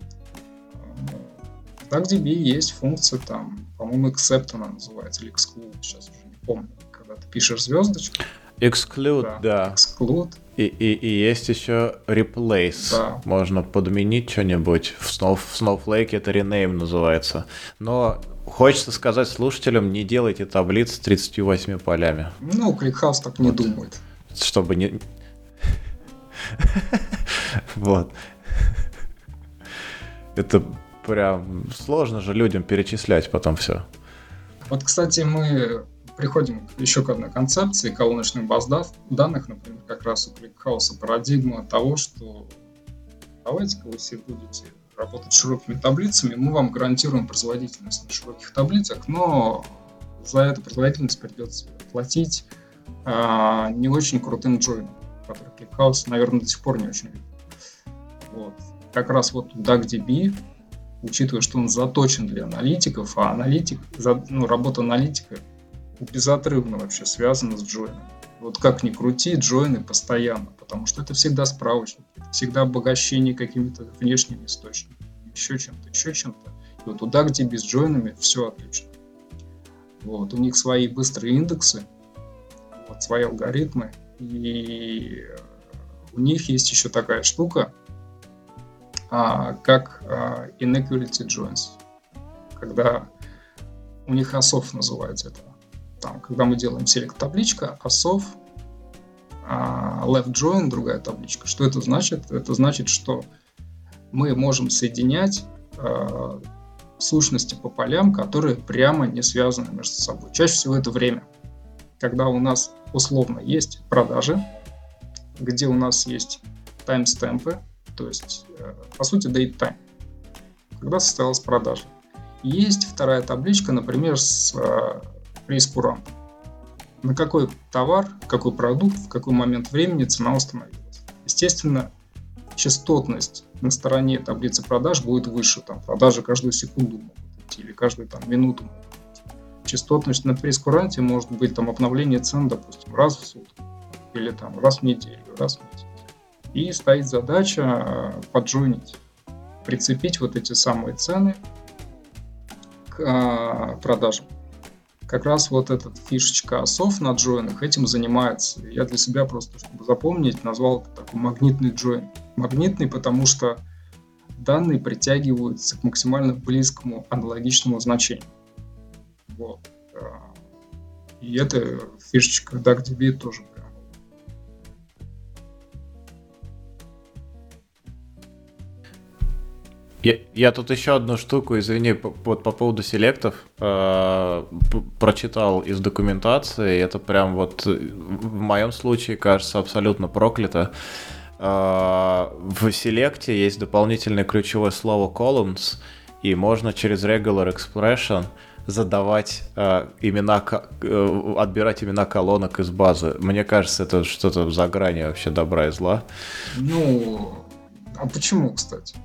В DuckDB есть функция, там, по-моему, except она называется, или exclude, сейчас уже не помню, когда ты пишешь звездочку. Exclude, да. Exclude. И есть еще replace. Да. Можно подменить что-нибудь. В Snowflake это rename называется. Но хочется сказать слушателям, не делайте таблиц с 38 полями. Ну, ClickHouse так не думает. Чтобы не... Вот. Это прям сложно же людям перечислять потом все. Вот, кстати, мы приходим еще к одной концепции колоночных баз данных, например, как раз у ClickHouse парадигма того, что давайте-ка вы все будете работать с широкими таблицами, мы вам гарантируем производительность на широких таблицах, но за эту производительность придется платить не очень крутым джойном, который ClickHouse, наверное, до сих пор не очень любит. Вот. Как раз вот DuckDB, учитывая, что он заточен для аналитиков, а работа аналитика безотрывно вообще связана с джойнами. Вот как ни крути, джойны постоянно, потому что это всегда справочник, всегда обогащение какими-то внешними источниками, еще чем-то. И вот у DuckDB с джойнами все отлично. Вот. У них свои быстрые индексы, вот, свои алгоритмы, и у них есть еще такая штука, как inequality joins, когда у них ASOF называется это. Там, когда мы делаем select табличка, ASOF, left join, другая табличка. Что это значит? Это значит, что мы можем соединять сущности по полям, которые прямо не связаны между собой. Чаще всего это время, когда у нас условно есть продажи, где у нас есть таймстемпы, то есть, по сути, date time, когда состоялась продажа. Есть вторая табличка, например, с прейскурантом. На какой товар, какой продукт, в какой момент времени цена установилась. Естественно, частотность на стороне таблицы продаж будет выше. Там продажи каждую секунду могут идти или каждую минуту могут идти. Частотность на прейскуранте может быть там обновление цен, допустим, раз в сутки или там раз в неделю, раз в месяц. И стоит задача поджойнить, прицепить вот эти самые цены к продажам. Как раз вот эта фишечка осов на джойнах этим занимается. Я для себя просто, чтобы запомнить, назвал это такой магнитный джойн. Магнитный, потому что данные притягиваются к максимально близкому аналогичному значению. Вот. И эта фишечка DuckDB тоже прям. Я тут еще одну штуку, извини, по поводу селектов прочитал из документации. Это прям вот в моем случае кажется абсолютно проклято. В селекте есть дополнительное ключевое слово columns, и можно через regular expression задавать отбирать имена колонок из базы. Мне кажется, это что-то за гранью вообще добра и зла. Ну, а почему, кстати?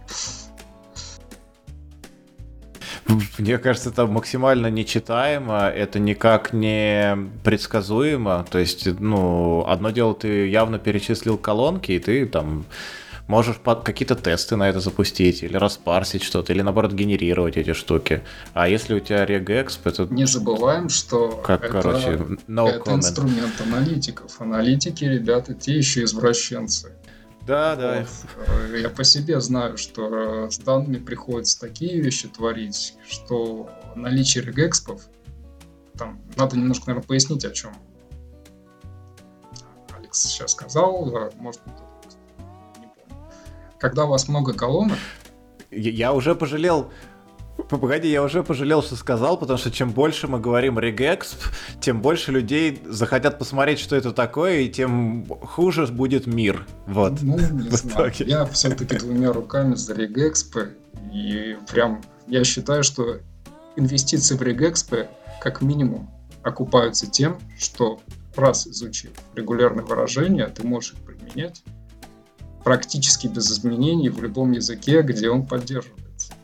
Мне кажется, это максимально нечитаемо, это никак не предсказуемо. То есть, одно дело, ты явно перечислил колонки, и ты там можешь какие-то тесты на это запустить, или распарсить что-то, или наоборот генерировать эти штуки. А если у тебя regex, это... Не забываем, что это инструмент аналитиков. Аналитики, ребята, те еще извращенцы. Да. Я по себе знаю, что с данными приходится такие вещи творить, что наличие регекспов, там надо немножко, наверное, пояснить, о чем Алекс сейчас сказал, может быть, не помню. Когда у вас много колонок... Я уже пожалел... Погоди, я уже пожалел, что сказал, потому что чем больше мы говорим regex, тем больше людей захотят посмотреть, что это такое, и тем хуже будет мир. Вот. Ну, не знаю. Я все-таки двумя руками за регекспы, и прям я считаю, что инвестиции в регекспы как минимум окупаются тем, что раз изучив регулярные выражения, ты можешь их применять практически без изменений в любом языке, где он поддерживается.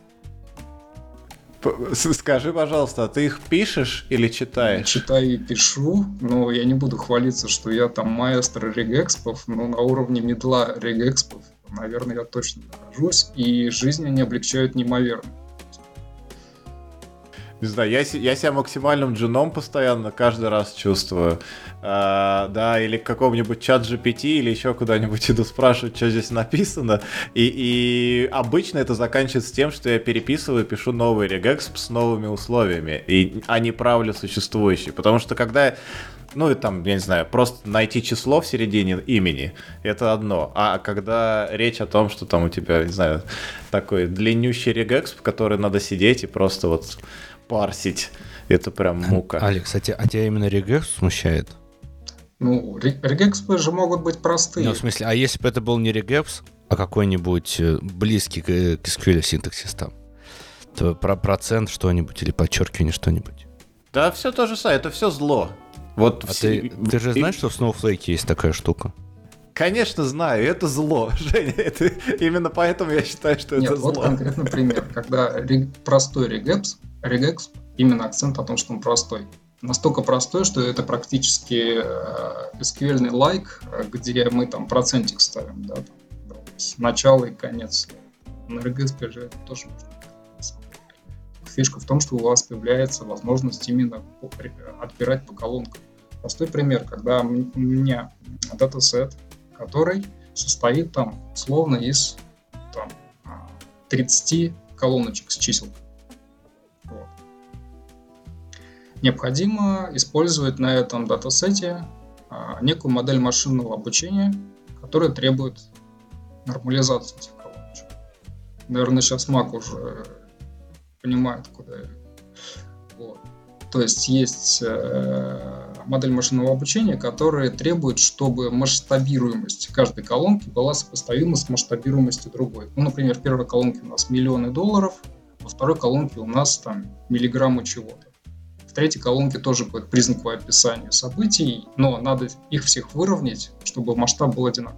Скажи, пожалуйста, а ты их пишешь или читаешь? Читаю и пишу, но я не буду хвалиться, что я там маэстро регекспов, но на уровне мидла регекспов, наверное, я точно нахожусь, и жизнь они облегчают неимоверно. Не знаю, я себя максимальным джуном постоянно каждый раз чувствую. Да, или к какому-нибудь чат GPT, или еще куда-нибудь иду спрашивать, что здесь написано. И обычно это заканчивается тем, что я переписываю, пишу новый регексп с новыми условиями, а не правлю существующий. Потому что когда... Ну, и там, я не знаю, просто найти число в середине имени, это одно. А когда речь о том, что там у тебя, не знаю, такой длиннющий регексп, который надо сидеть и просто вот парсить, это прям мука. Алекс, а тебя именно регекс смущает? Ну, регекспы же могут быть простые. Ну, в смысле, а если бы это был не регекс, а какой-нибудь близкий к SQL синтаксис там, то про процент что-нибудь или подчеркивание что-нибудь? Да, все то же самое, это все зло. Вот ты же знаешь, что в Snowflake есть такая штука? Конечно знаю, это зло, Женя. Это, именно поэтому я считаю, что это зло. Вот конкретно пример. Когда простой регекс, именно акцент о том, что он простой. Настолько простой, что это практически SQL-ный лайк, где мы там процентик ставим, да, там, начало и конец. На регекспе же это тоже можно. Фишка в том, что у вас появляется возможность именно отбирать по колонкам. Простой пример, когда у меня датасет, который состоит там условно из 30 колоночек с чиселкой. Вот. Необходимо использовать на этом датасете некую модель машинного обучения, которая требует нормализации этих колоночек. Наверное, сейчас Mac уже понимает, куда. Вот. То есть модель машинного обучения, которая требует, чтобы масштабируемость каждой колонки была сопоставима с масштабируемостью другой. Ну, например, в первой колонке у нас миллионы долларов, во второй колонке у нас там миллиграммы чего-то. В третьей колонке тоже будет признаковое описание событий, но надо их всех выровнять, чтобы масштаб был одинаковый.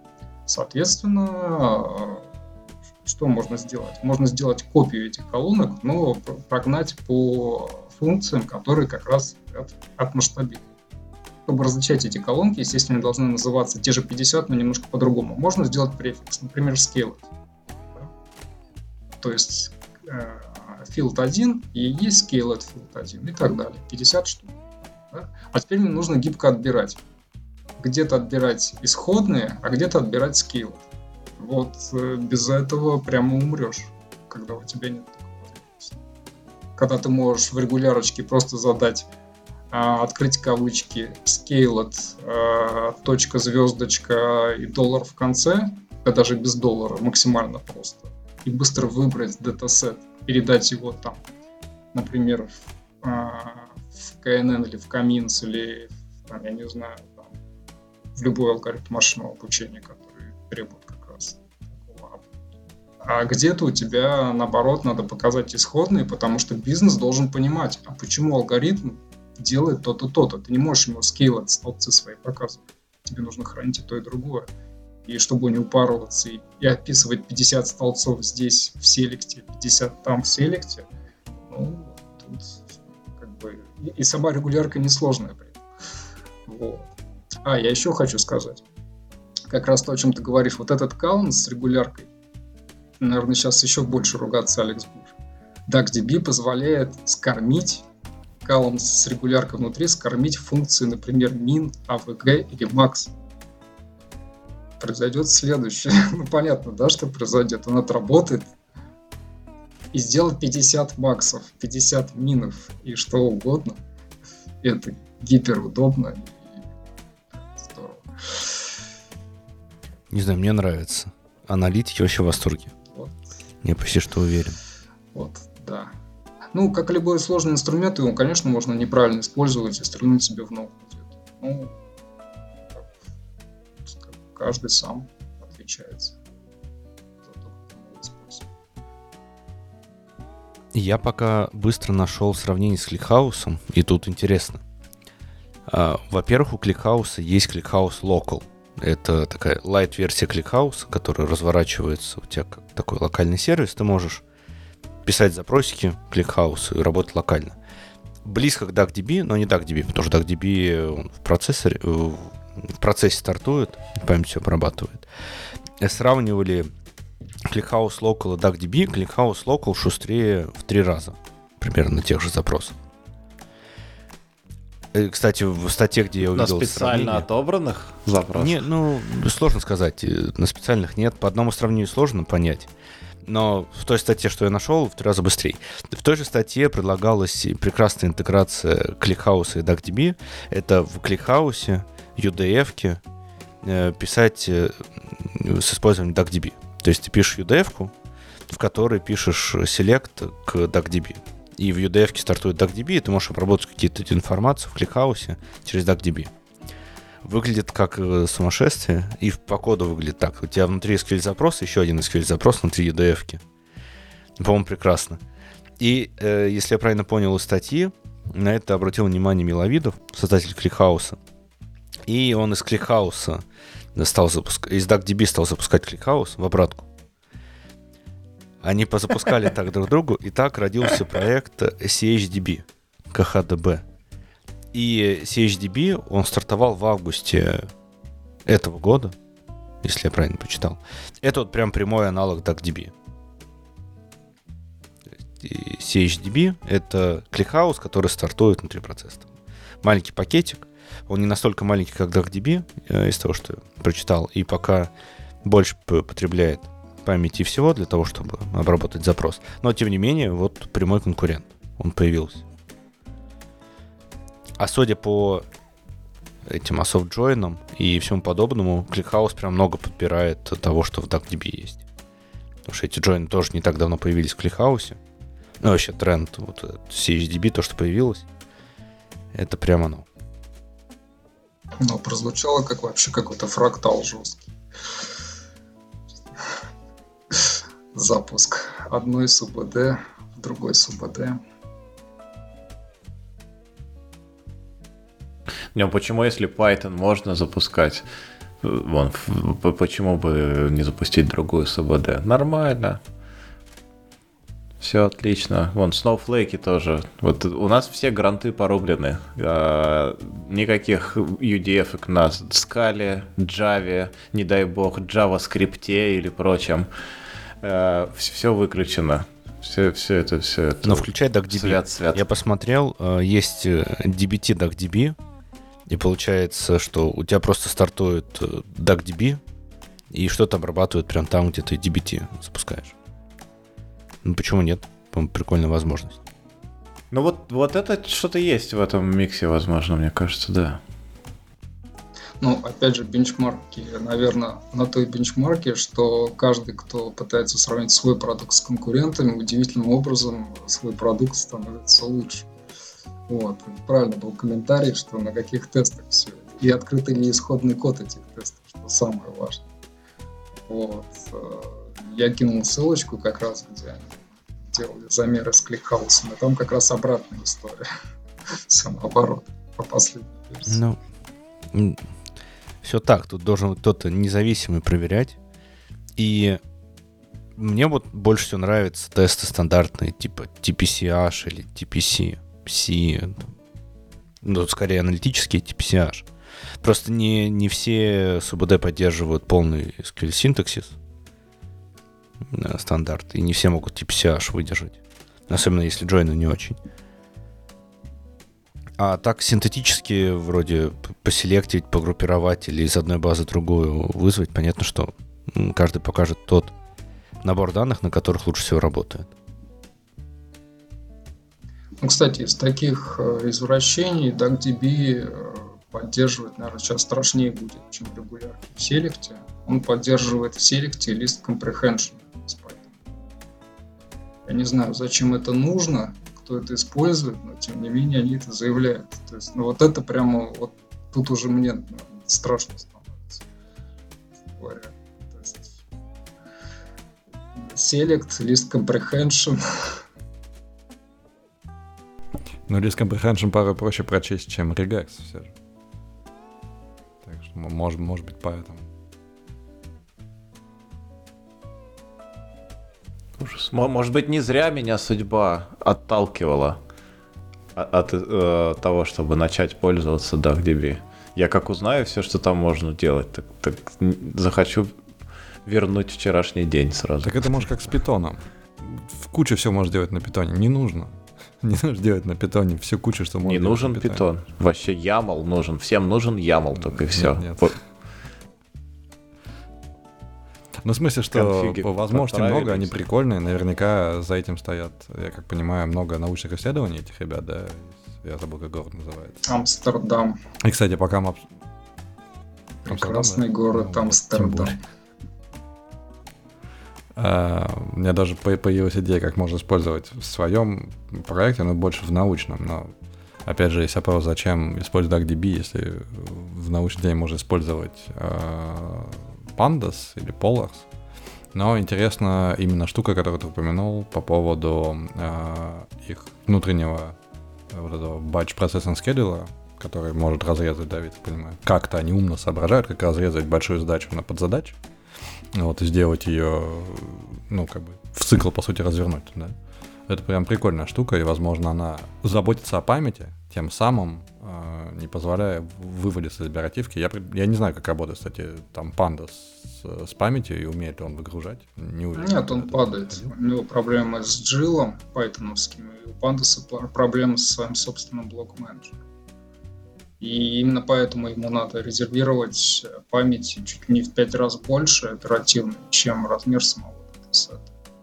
Соответственно, что можно сделать? Можно сделать копию этих колонок, но прогнать по функциям, которые как раз отмасштабируют. Чтобы различать эти колонки, естественно, должны называться те же 50, но немножко по-другому. Можно сделать префикс, например, scale. Да? То есть field 1 и есть scale field 1 и так далее. 50 штук. Да? А теперь мне нужно гибко отбирать. Где-то отбирать исходные, а где-то отбирать scale. Вот без этого прямо умрешь, когда у тебя нет такого. Когда ты можешь в регулярочке просто задать, открыть кавычки, scaled, точка, звездочка и доллар в конце, да даже без доллара, максимально просто, и быстро выбрать датасет, передать его там, например, в KNN или в Каминс, или, там, я не знаю, там, в любой алгоритм машинного обучения, который требует как раз такого. А где-то у тебя, наоборот, надо показать исходные, потому что бизнес должен понимать, а почему алгоритм делает то-то, то-то. Ты не можешь ему скейлать столбцы свои показывать. Тебе нужно хранить и то, и другое. И чтобы не упарываться и описывать 50 столбцов здесь в селекте, 50 там в селекте, ну, тут как бы... И сама регулярка несложная при этом. Вот. Я еще хочу сказать. Как раз то, о чем ты говоришь. Вот этот каунт с регуляркой, наверное, сейчас еще больше ругаться Алекс будет. DuckDB позволяет скормить каунт с регуляркой внутри, скормить функции, например, min, avg или max. Произойдет следующее. Ну, понятно, да, что произойдет. Он отработает и сделает 50 максов, 50 минов и что угодно. Это гиперудобно и здорово. Не знаю, мне нравится. Аналитики вообще в восторге. Вот. Я почти что уверен. Вот, да. Ну, как любой сложный инструмент, его, конечно, можно неправильно использовать и стрельнуть себе в ногу. Ну, каждый сам отвечается за то, как он его использует. Я пока быстро нашел сравнение с ClickHouse, и тут интересно. Во-первых, у ClickHouse есть ClickHouse Local. Это такая лайт-версия ClickHouse, которая разворачивается у тебя как такой локальный сервис. Ты можешь писать запросики ClickHouse и работать локально. Близко к DuckDB, но не DuckDB, потому что DuckDB в процессе стартует, память все обрабатывает. Сравнивали ClickHouse Local и DuckDB. ClickHouse Local шустрее в 3 раза, примерно на тех же запросах. Кстати, в статье, где я увидел на специально отобранных запросах? Нет, ну, сложно сказать. На специальных нет. По одному сравнению сложно понять. Но в той статье, что я нашел, в 3 раза быстрее. В той же статье предлагалась прекрасная интеграция ClickHouse и DuckDB. Это в ClickHouse, UDF-ке писать с использованием DuckDB. То есть ты пишешь UDF-ку, в которой пишешь select к DuckDB. И в UDF-ке стартует DuckDB, и ты можешь обработать какие-то информацию в ClickHouse через DuckDB. Выглядит как сумасшествие, и по коду выглядит так. У тебя внутри SQL-запрос, еще один SQL-запрос внутри UDF-ки. По-моему, прекрасно. И, если я правильно понял из статьи, на это обратил внимание Миловидов, создатель ClickHouse. И он из ClickHouse из DuckDB стал запускать ClickHouse в обратку. Они позапускали так друг другу, и так родился проект CHDB, KHDB. И CHDB, он стартовал в августе этого года, если я правильно почитал. Это вот прям прямой аналог DuckDB. И CHDB — это ClickHouse, который стартует внутри процесса. Маленький пакетик. Он не настолько маленький, как DuckDB, из того, что я прочитал, и пока больше потребляет памяти и всего для того, чтобы обработать запрос. Но, тем не менее, вот прямой конкурент. Он появился. А судя по этим soft-join'ам и всему подобному, ClickHouse прям много подбирает того, что в DuckDB есть. Потому что эти join тоже не так давно появились в ClickHouse. Ну, вообще тренд, вот CHDB, то, что появилось, это прям оно. Но прозвучало как вообще какой-то фрактал жесткий. Запуск одной СУБД в другой СУБД. Не, почему, если Python можно запускать, почему бы не запустить другую СУБД? Нормально. Все отлично. Snowflake тоже. Вот у нас все гранты порублены. Никаких UDF на Scala, Java, не дай бог, JavaScript или прочем. Все выключено. Все это. Но включай DuckDB. Свят. Я посмотрел, есть DBT DuckDB, и получается, что у тебя просто стартует DuckDB, и что-то обрабатывает прям там, где ты DBT запускаешь. Ну почему нет? По-моему, прикольная возможность. Ну вот это что-то есть в этом миксе, возможно, мне кажется, да. Ну, опять же, бенчмарки, наверное, на той бенчмарке, что каждый, кто пытается сравнить свой продукт с конкурентами, удивительным образом свой продукт становится лучше. Вот. Правильно был комментарий, что на каких тестах все. И открытый ли исходный код этих тестов, что самое важное. Вот. Я кинул ссылочку как раз, где они делали замеры с кликхаусом, и там как раз обратная история. Все наоборот, по последней версии. Ну, все так, тут должен кто-то независимый проверять. И мне вот больше всего нравятся тесты стандартные, типа TPC-H или TPC-C. Ну, скорее аналитические TPC-H. Просто не все СУБД поддерживают полный SQL синтаксис стандарт, и не все могут TPC-H выдержать. Особенно если джойны не очень. А так синтетически вроде поселектить, погруппировать или из одной базы в другую вызвать, понятно, что каждый покажет тот набор данных, на которых лучше всего работает. Ну, кстати, из таких извращений DuckDB поддерживает, наверное, сейчас страшнее будет, чем регулярки в селекте. Он поддерживает в селекте list comprehension. Я не знаю, зачем это нужно, кто это использует, но тем не менее они это заявляют. То есть, ну вот это прямо, вот тут уже мне страшно становится. Говоря. То есть, select, list comprehension. Ну, list comprehension порой проще прочесть, чем regex все же. Так что, может быть, поэтому. Ужас. Может быть, не зря меня судьба отталкивала от того, чтобы начать пользоваться DuckDB. Я как узнаю все, что там можно делать, так захочу вернуть вчерашний день сразу. Так это может как с питоном. Кучу всего можно делать на питоне. Не нужно. Не нужно делать на питоне всю кучу, что можно не делать нужен на питоне. питон. Вообще YAML нужен. Всем нужен YAML, только и все. Нет. Ну, в смысле, что возможностей много, они прикольные. Наверняка за этим стоят, я как понимаю, много научных исследований этих ребят, да? Я забыл, как город называется. Амстердам. И, кстати, пока мы... Прекрасный город Амстердам. У меня даже появилась идея, как можно использовать в своем проекте, но больше в научном. Но, опять же, есть вопрос, зачем использовать DuckDB, если в научном деле можно использовать Pandas или Polars. Но интересна именно штука, которую ты упомянул по поводу их внутреннего вот этого batch processing scheduler, который может разрезать, да, ведь я понимаю. Как-то они умно соображают, как разрезать большую задачу на подзадачу. Вот, и сделать ее, ну, как бы в цикл, по сути, развернуть, да. Это прям прикольная штука, и, возможно, она заботится о памяти, тем самым не позволяя выводиться из оперативки. Я не знаю, как работает, кстати, там Pandas с памятью, и умеет ли он выгружать. Не уверен. Нет, он падает. У него проблемы с джилом пайтоновским, и у Pandas проблемы с своим собственным блок-менеджером. И именно поэтому ему надо резервировать память чуть ли не в 5 раз больше оперативной, чем размер самого датасета.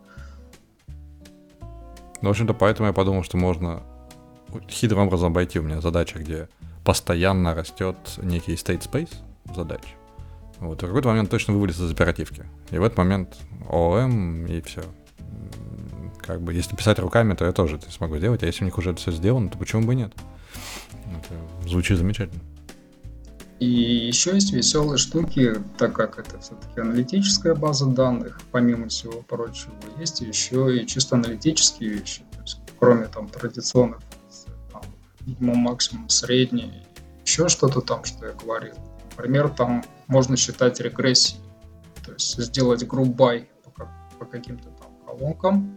Ну, в общем-то, поэтому я подумал, что можно хитрым образом обойти. У меня задача, где постоянно растет некий state space задач. Вот, и в какой-то момент точно вывалится из оперативки. И в этот момент OOM и все. Как бы, если писать руками, то я тоже это смогу сделать. А если у них уже все сделано, то почему бы и нет? Это звучит замечательно. И еще есть веселые штуки, так как это все-таки аналитическая база данных, помимо всего прочего, есть еще и чисто аналитические вещи, то есть, кроме там традиционных, там, минимум, максимум, средний, еще что-то там, что я говорил. Например, там можно считать регрессии, то есть сделать group by по каким-то там колонкам,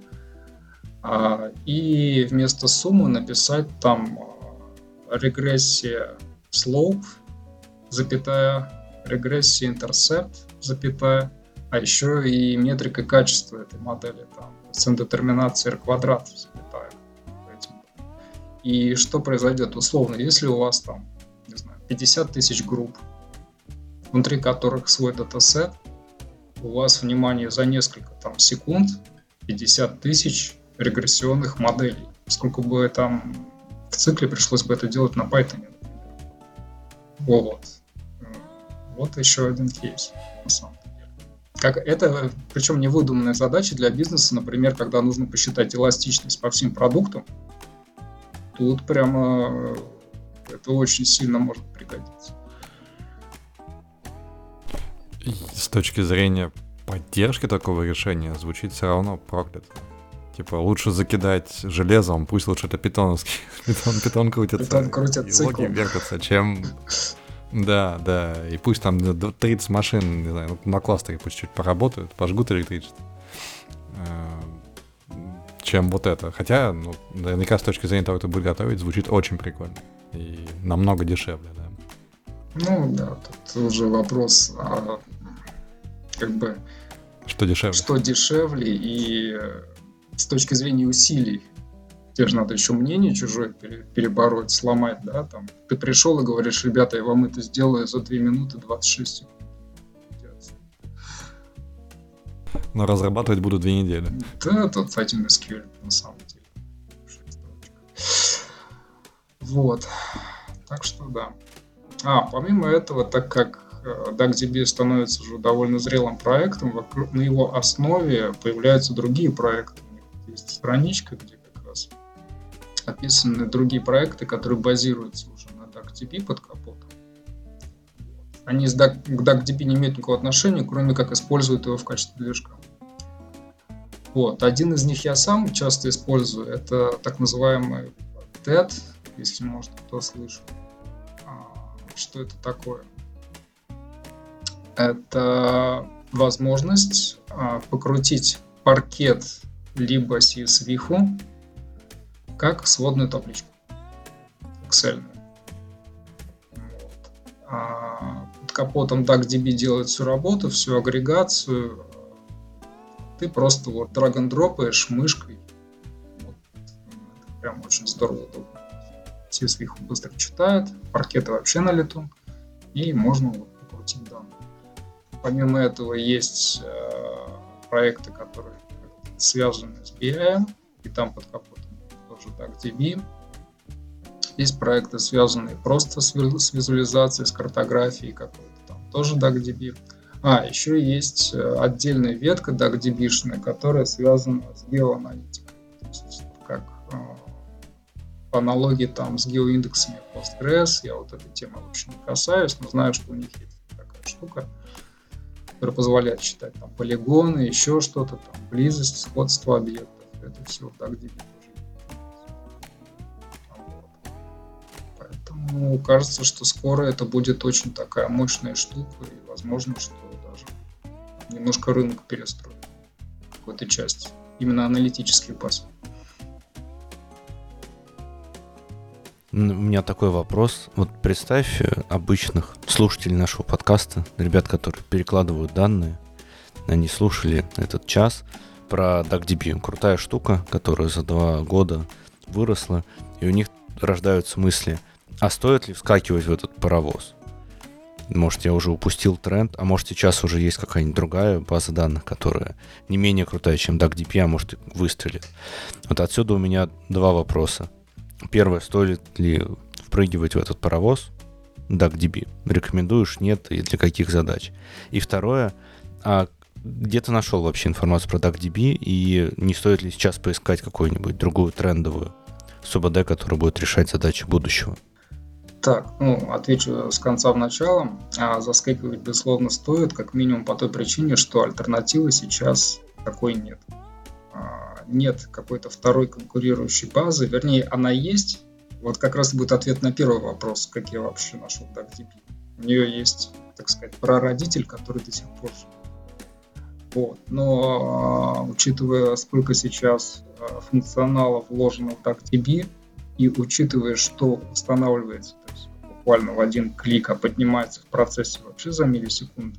и вместо суммы написать там регрессия slope, запятая, регрессия intercept, запятая, а еще и метрика качества этой модели, там, коэффициент R квадрат, запятая. И что произойдет? Условно, если у вас там, не знаю, 50 тысяч групп, внутри которых свой датасет, у вас, внимание, за несколько там секунд 50 тысяч регрессионных моделей. Сколько бы там в цикле пришлось бы это делать на Python, например. Вот еще один кейс, на самом деле. Как это, причем невыдуманная задача для бизнеса, например, когда нужно посчитать эластичность по всем продуктам, тут прямо это очень сильно может пригодиться. С точки зрения поддержки такого решения звучит все равно проклято. Типа, лучше закидать железом, пусть лучше это питоновский. Питон крутится. Питон крутит циклом. И логи вертятся, чем... Да, и пусть там 30 машин, не знаю, на кластере пусть чуть поработают, пожгут электричество. Чем вот это. Хотя, наверняка с точки зрения того, кто будет готовить, звучит очень прикольно. И намного дешевле, да. Да, тут уже вопрос, Что дешевле? Что дешевле, и с точки зрения усилий. Тебе же надо еще мнение чужое перебороть, сломать, да, там. Ты пришел и говоришь: ребята, я вам это сделаю за 2 минуты 26 секунд. Но разрабатывать буду 2 недели. Да, тут один SQL, на самом деле. Вот. Так что да. Помимо этого, так как DuckDB становится уже довольно зрелым проектом, на его основе появляются другие проекты. У них есть страничка, где как раз описаны другие проекты, которые базируются уже на DuckDB под капотом. Они к DuckDB не имеют никакого отношения, кроме как используют его в качестве движка. Один из них я сам часто использую. Это так называемый TED, если, может, кто слышал. Что это такое? Это возможность покрутить паркет либо CSV как сводную табличку Excel. Под капотом DuckDB делает всю работу, всю агрегацию. Ты просто драг-н-дропаешь мышкой. Это прям очень здорово, удобно. CSV быстро читает, паркеты вообще на лету, и можно покрутить данные. Помимо этого есть проекты, которые связаны с BI, и там под капотом тоже DuckDB. Есть проекты, связанные просто с визуализацией, с картографией какой-то, там тоже DuckDB. Еще есть отдельная ветка DuckDB-шная, которая связана с геоаналитикой. То есть, как по аналогии там с геоиндексами Postgres, я этой темы вообще не касаюсь, но знаю, что у них есть такая штука, которая позволяет считать там полигоны, еще что-то, там близость, сходство объектов. Это все в DuckDB тоже. Поэтому кажется, что скоро это будет очень такая мощная штука, и возможно, что даже немножко рынок перестроит в какой-то части. Именно аналитические базы. У меня такой вопрос. Представь обычных слушателей нашего подкаста, ребят, которые перекладывают данные. Они слушали этот час про DuckDB. Крутая штука, которая за 2 года выросла, и у них рождаются мысли: а стоит ли вскакивать в этот паровоз? Может, я уже упустил тренд, а может, сейчас уже есть какая-нибудь другая база данных, которая не менее крутая, чем DuckDB, а может, выстрелит. Отсюда у меня 2 вопроса. Первое, стоит ли впрыгивать в этот паровоз DuckDB? Рекомендуешь, нет, и для каких задач? И второе, где ты нашел вообще информацию про DuckDB, и не стоит ли сейчас поискать какую-нибудь другую трендовую СУБД, которая будет решать задачи будущего? Так, отвечу с конца в начало. Заскакивать, безусловно, стоит, как минимум по той причине, что альтернативы сейчас такой нет. Нет какой-то второй конкурирующей базы, вернее, она есть. Вот как раз будет ответ на первый вопрос, как я вообще нашел DuckDB. У нее есть, так сказать, прародитель, который до сих пор живет. Вот. Но учитывая, сколько сейчас функционала вложено в DuckDB, и учитывая, что устанавливается, то есть буквально в один клик, а поднимается в процессе вообще за миллисекунды,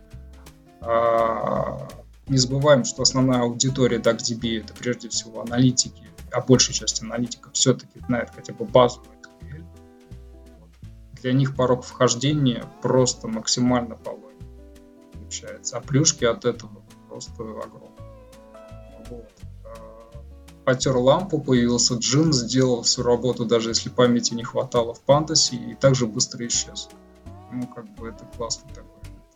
не забываем, что основная аудитория DuckDB — это прежде всего аналитики, а большая часть аналитиков все-таки знает хотя бы базовый SQL. Для них порог вхождения просто максимально пологий получается, а плюшки от этого просто огромные. Вот. Потер лампу, появился джин, сделал всю работу, даже если памяти не хватало в Пандасе, и также быстро исчез. Это классный такой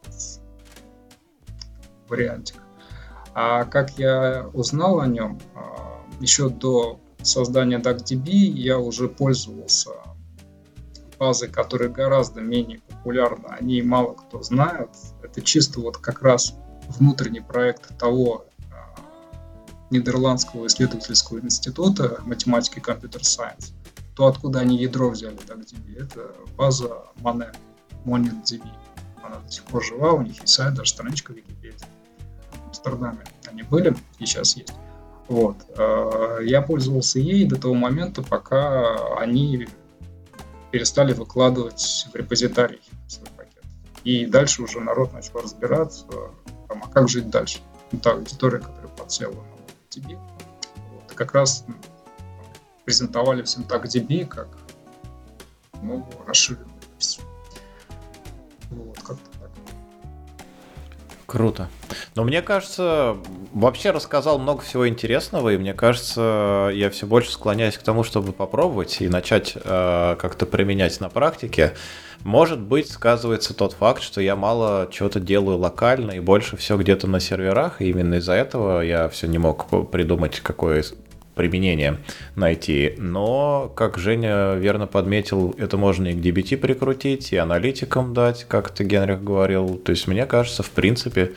вариантик. А как я узнал о нем, еще до создания DuckDB я уже пользовался базой, которая гораздо менее популярна, о ней мало кто знает. Это чисто как раз внутренний проект того Нидерландского исследовательского института математики и компьютер-сайенс. То, откуда они ядро взяли DuckDB, это база MonetDB. Она до сих пор жива, у них есть сайт, даже страничка в Википедии. В Амстердаме они были и сейчас есть. Вот. Я пользовался ей до того момента, пока они перестали выкладывать в репозитарий свой пакет. И дальше уже народ начал разбираться, а как жить дальше. Та аудитория, которая подсела на DuckDB, как раз презентовали всем DuckDB как новую расширенную версию. Как-то так. Круто. Но мне кажется, вообще рассказал много всего интересного, и мне кажется, я все больше склоняюсь к тому, чтобы попробовать и начать как-то применять на практике. Может быть, сказывается тот факт, что я мало чего-то делаю локально и больше все где-то на серверах, и именно из-за этого я все не мог придумать, какое применение найти. Но, как Женя верно подметил, это можно и к DBT прикрутить, и аналитикам дать, как ты, Генрих, говорил. То есть, мне кажется, в принципе,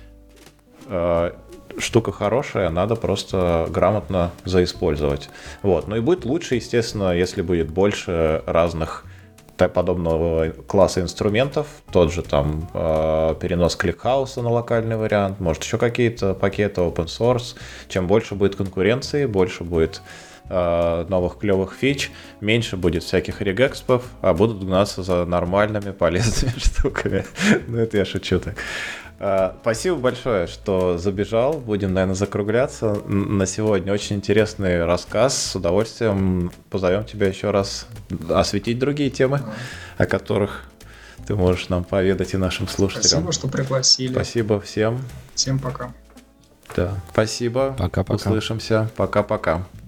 штука хорошая, надо просто грамотно заиспользовать. Вот. Ну и будет лучше, естественно, если будет больше разных подобного класса инструментов, тот же там перенос ClickHouse на локальный вариант, может еще какие-то пакеты open source. Чем больше будет конкуренции, больше будет новых клевых фич, меньше будет всяких регэкспов, а будут гнаться за нормальными полезными штуками. Ну это я шучу так. Спасибо большое, что забежал. Будем, наверное, закругляться на сегодня. Очень интересный рассказ. С удовольствием позовем тебя еще раз осветить другие темы, о которых ты можешь нам поведать и нашим слушателям. Спасибо, что пригласили. Спасибо всем. Всем пока. Да, спасибо. Пока-пока. Услышимся. Пока-пока.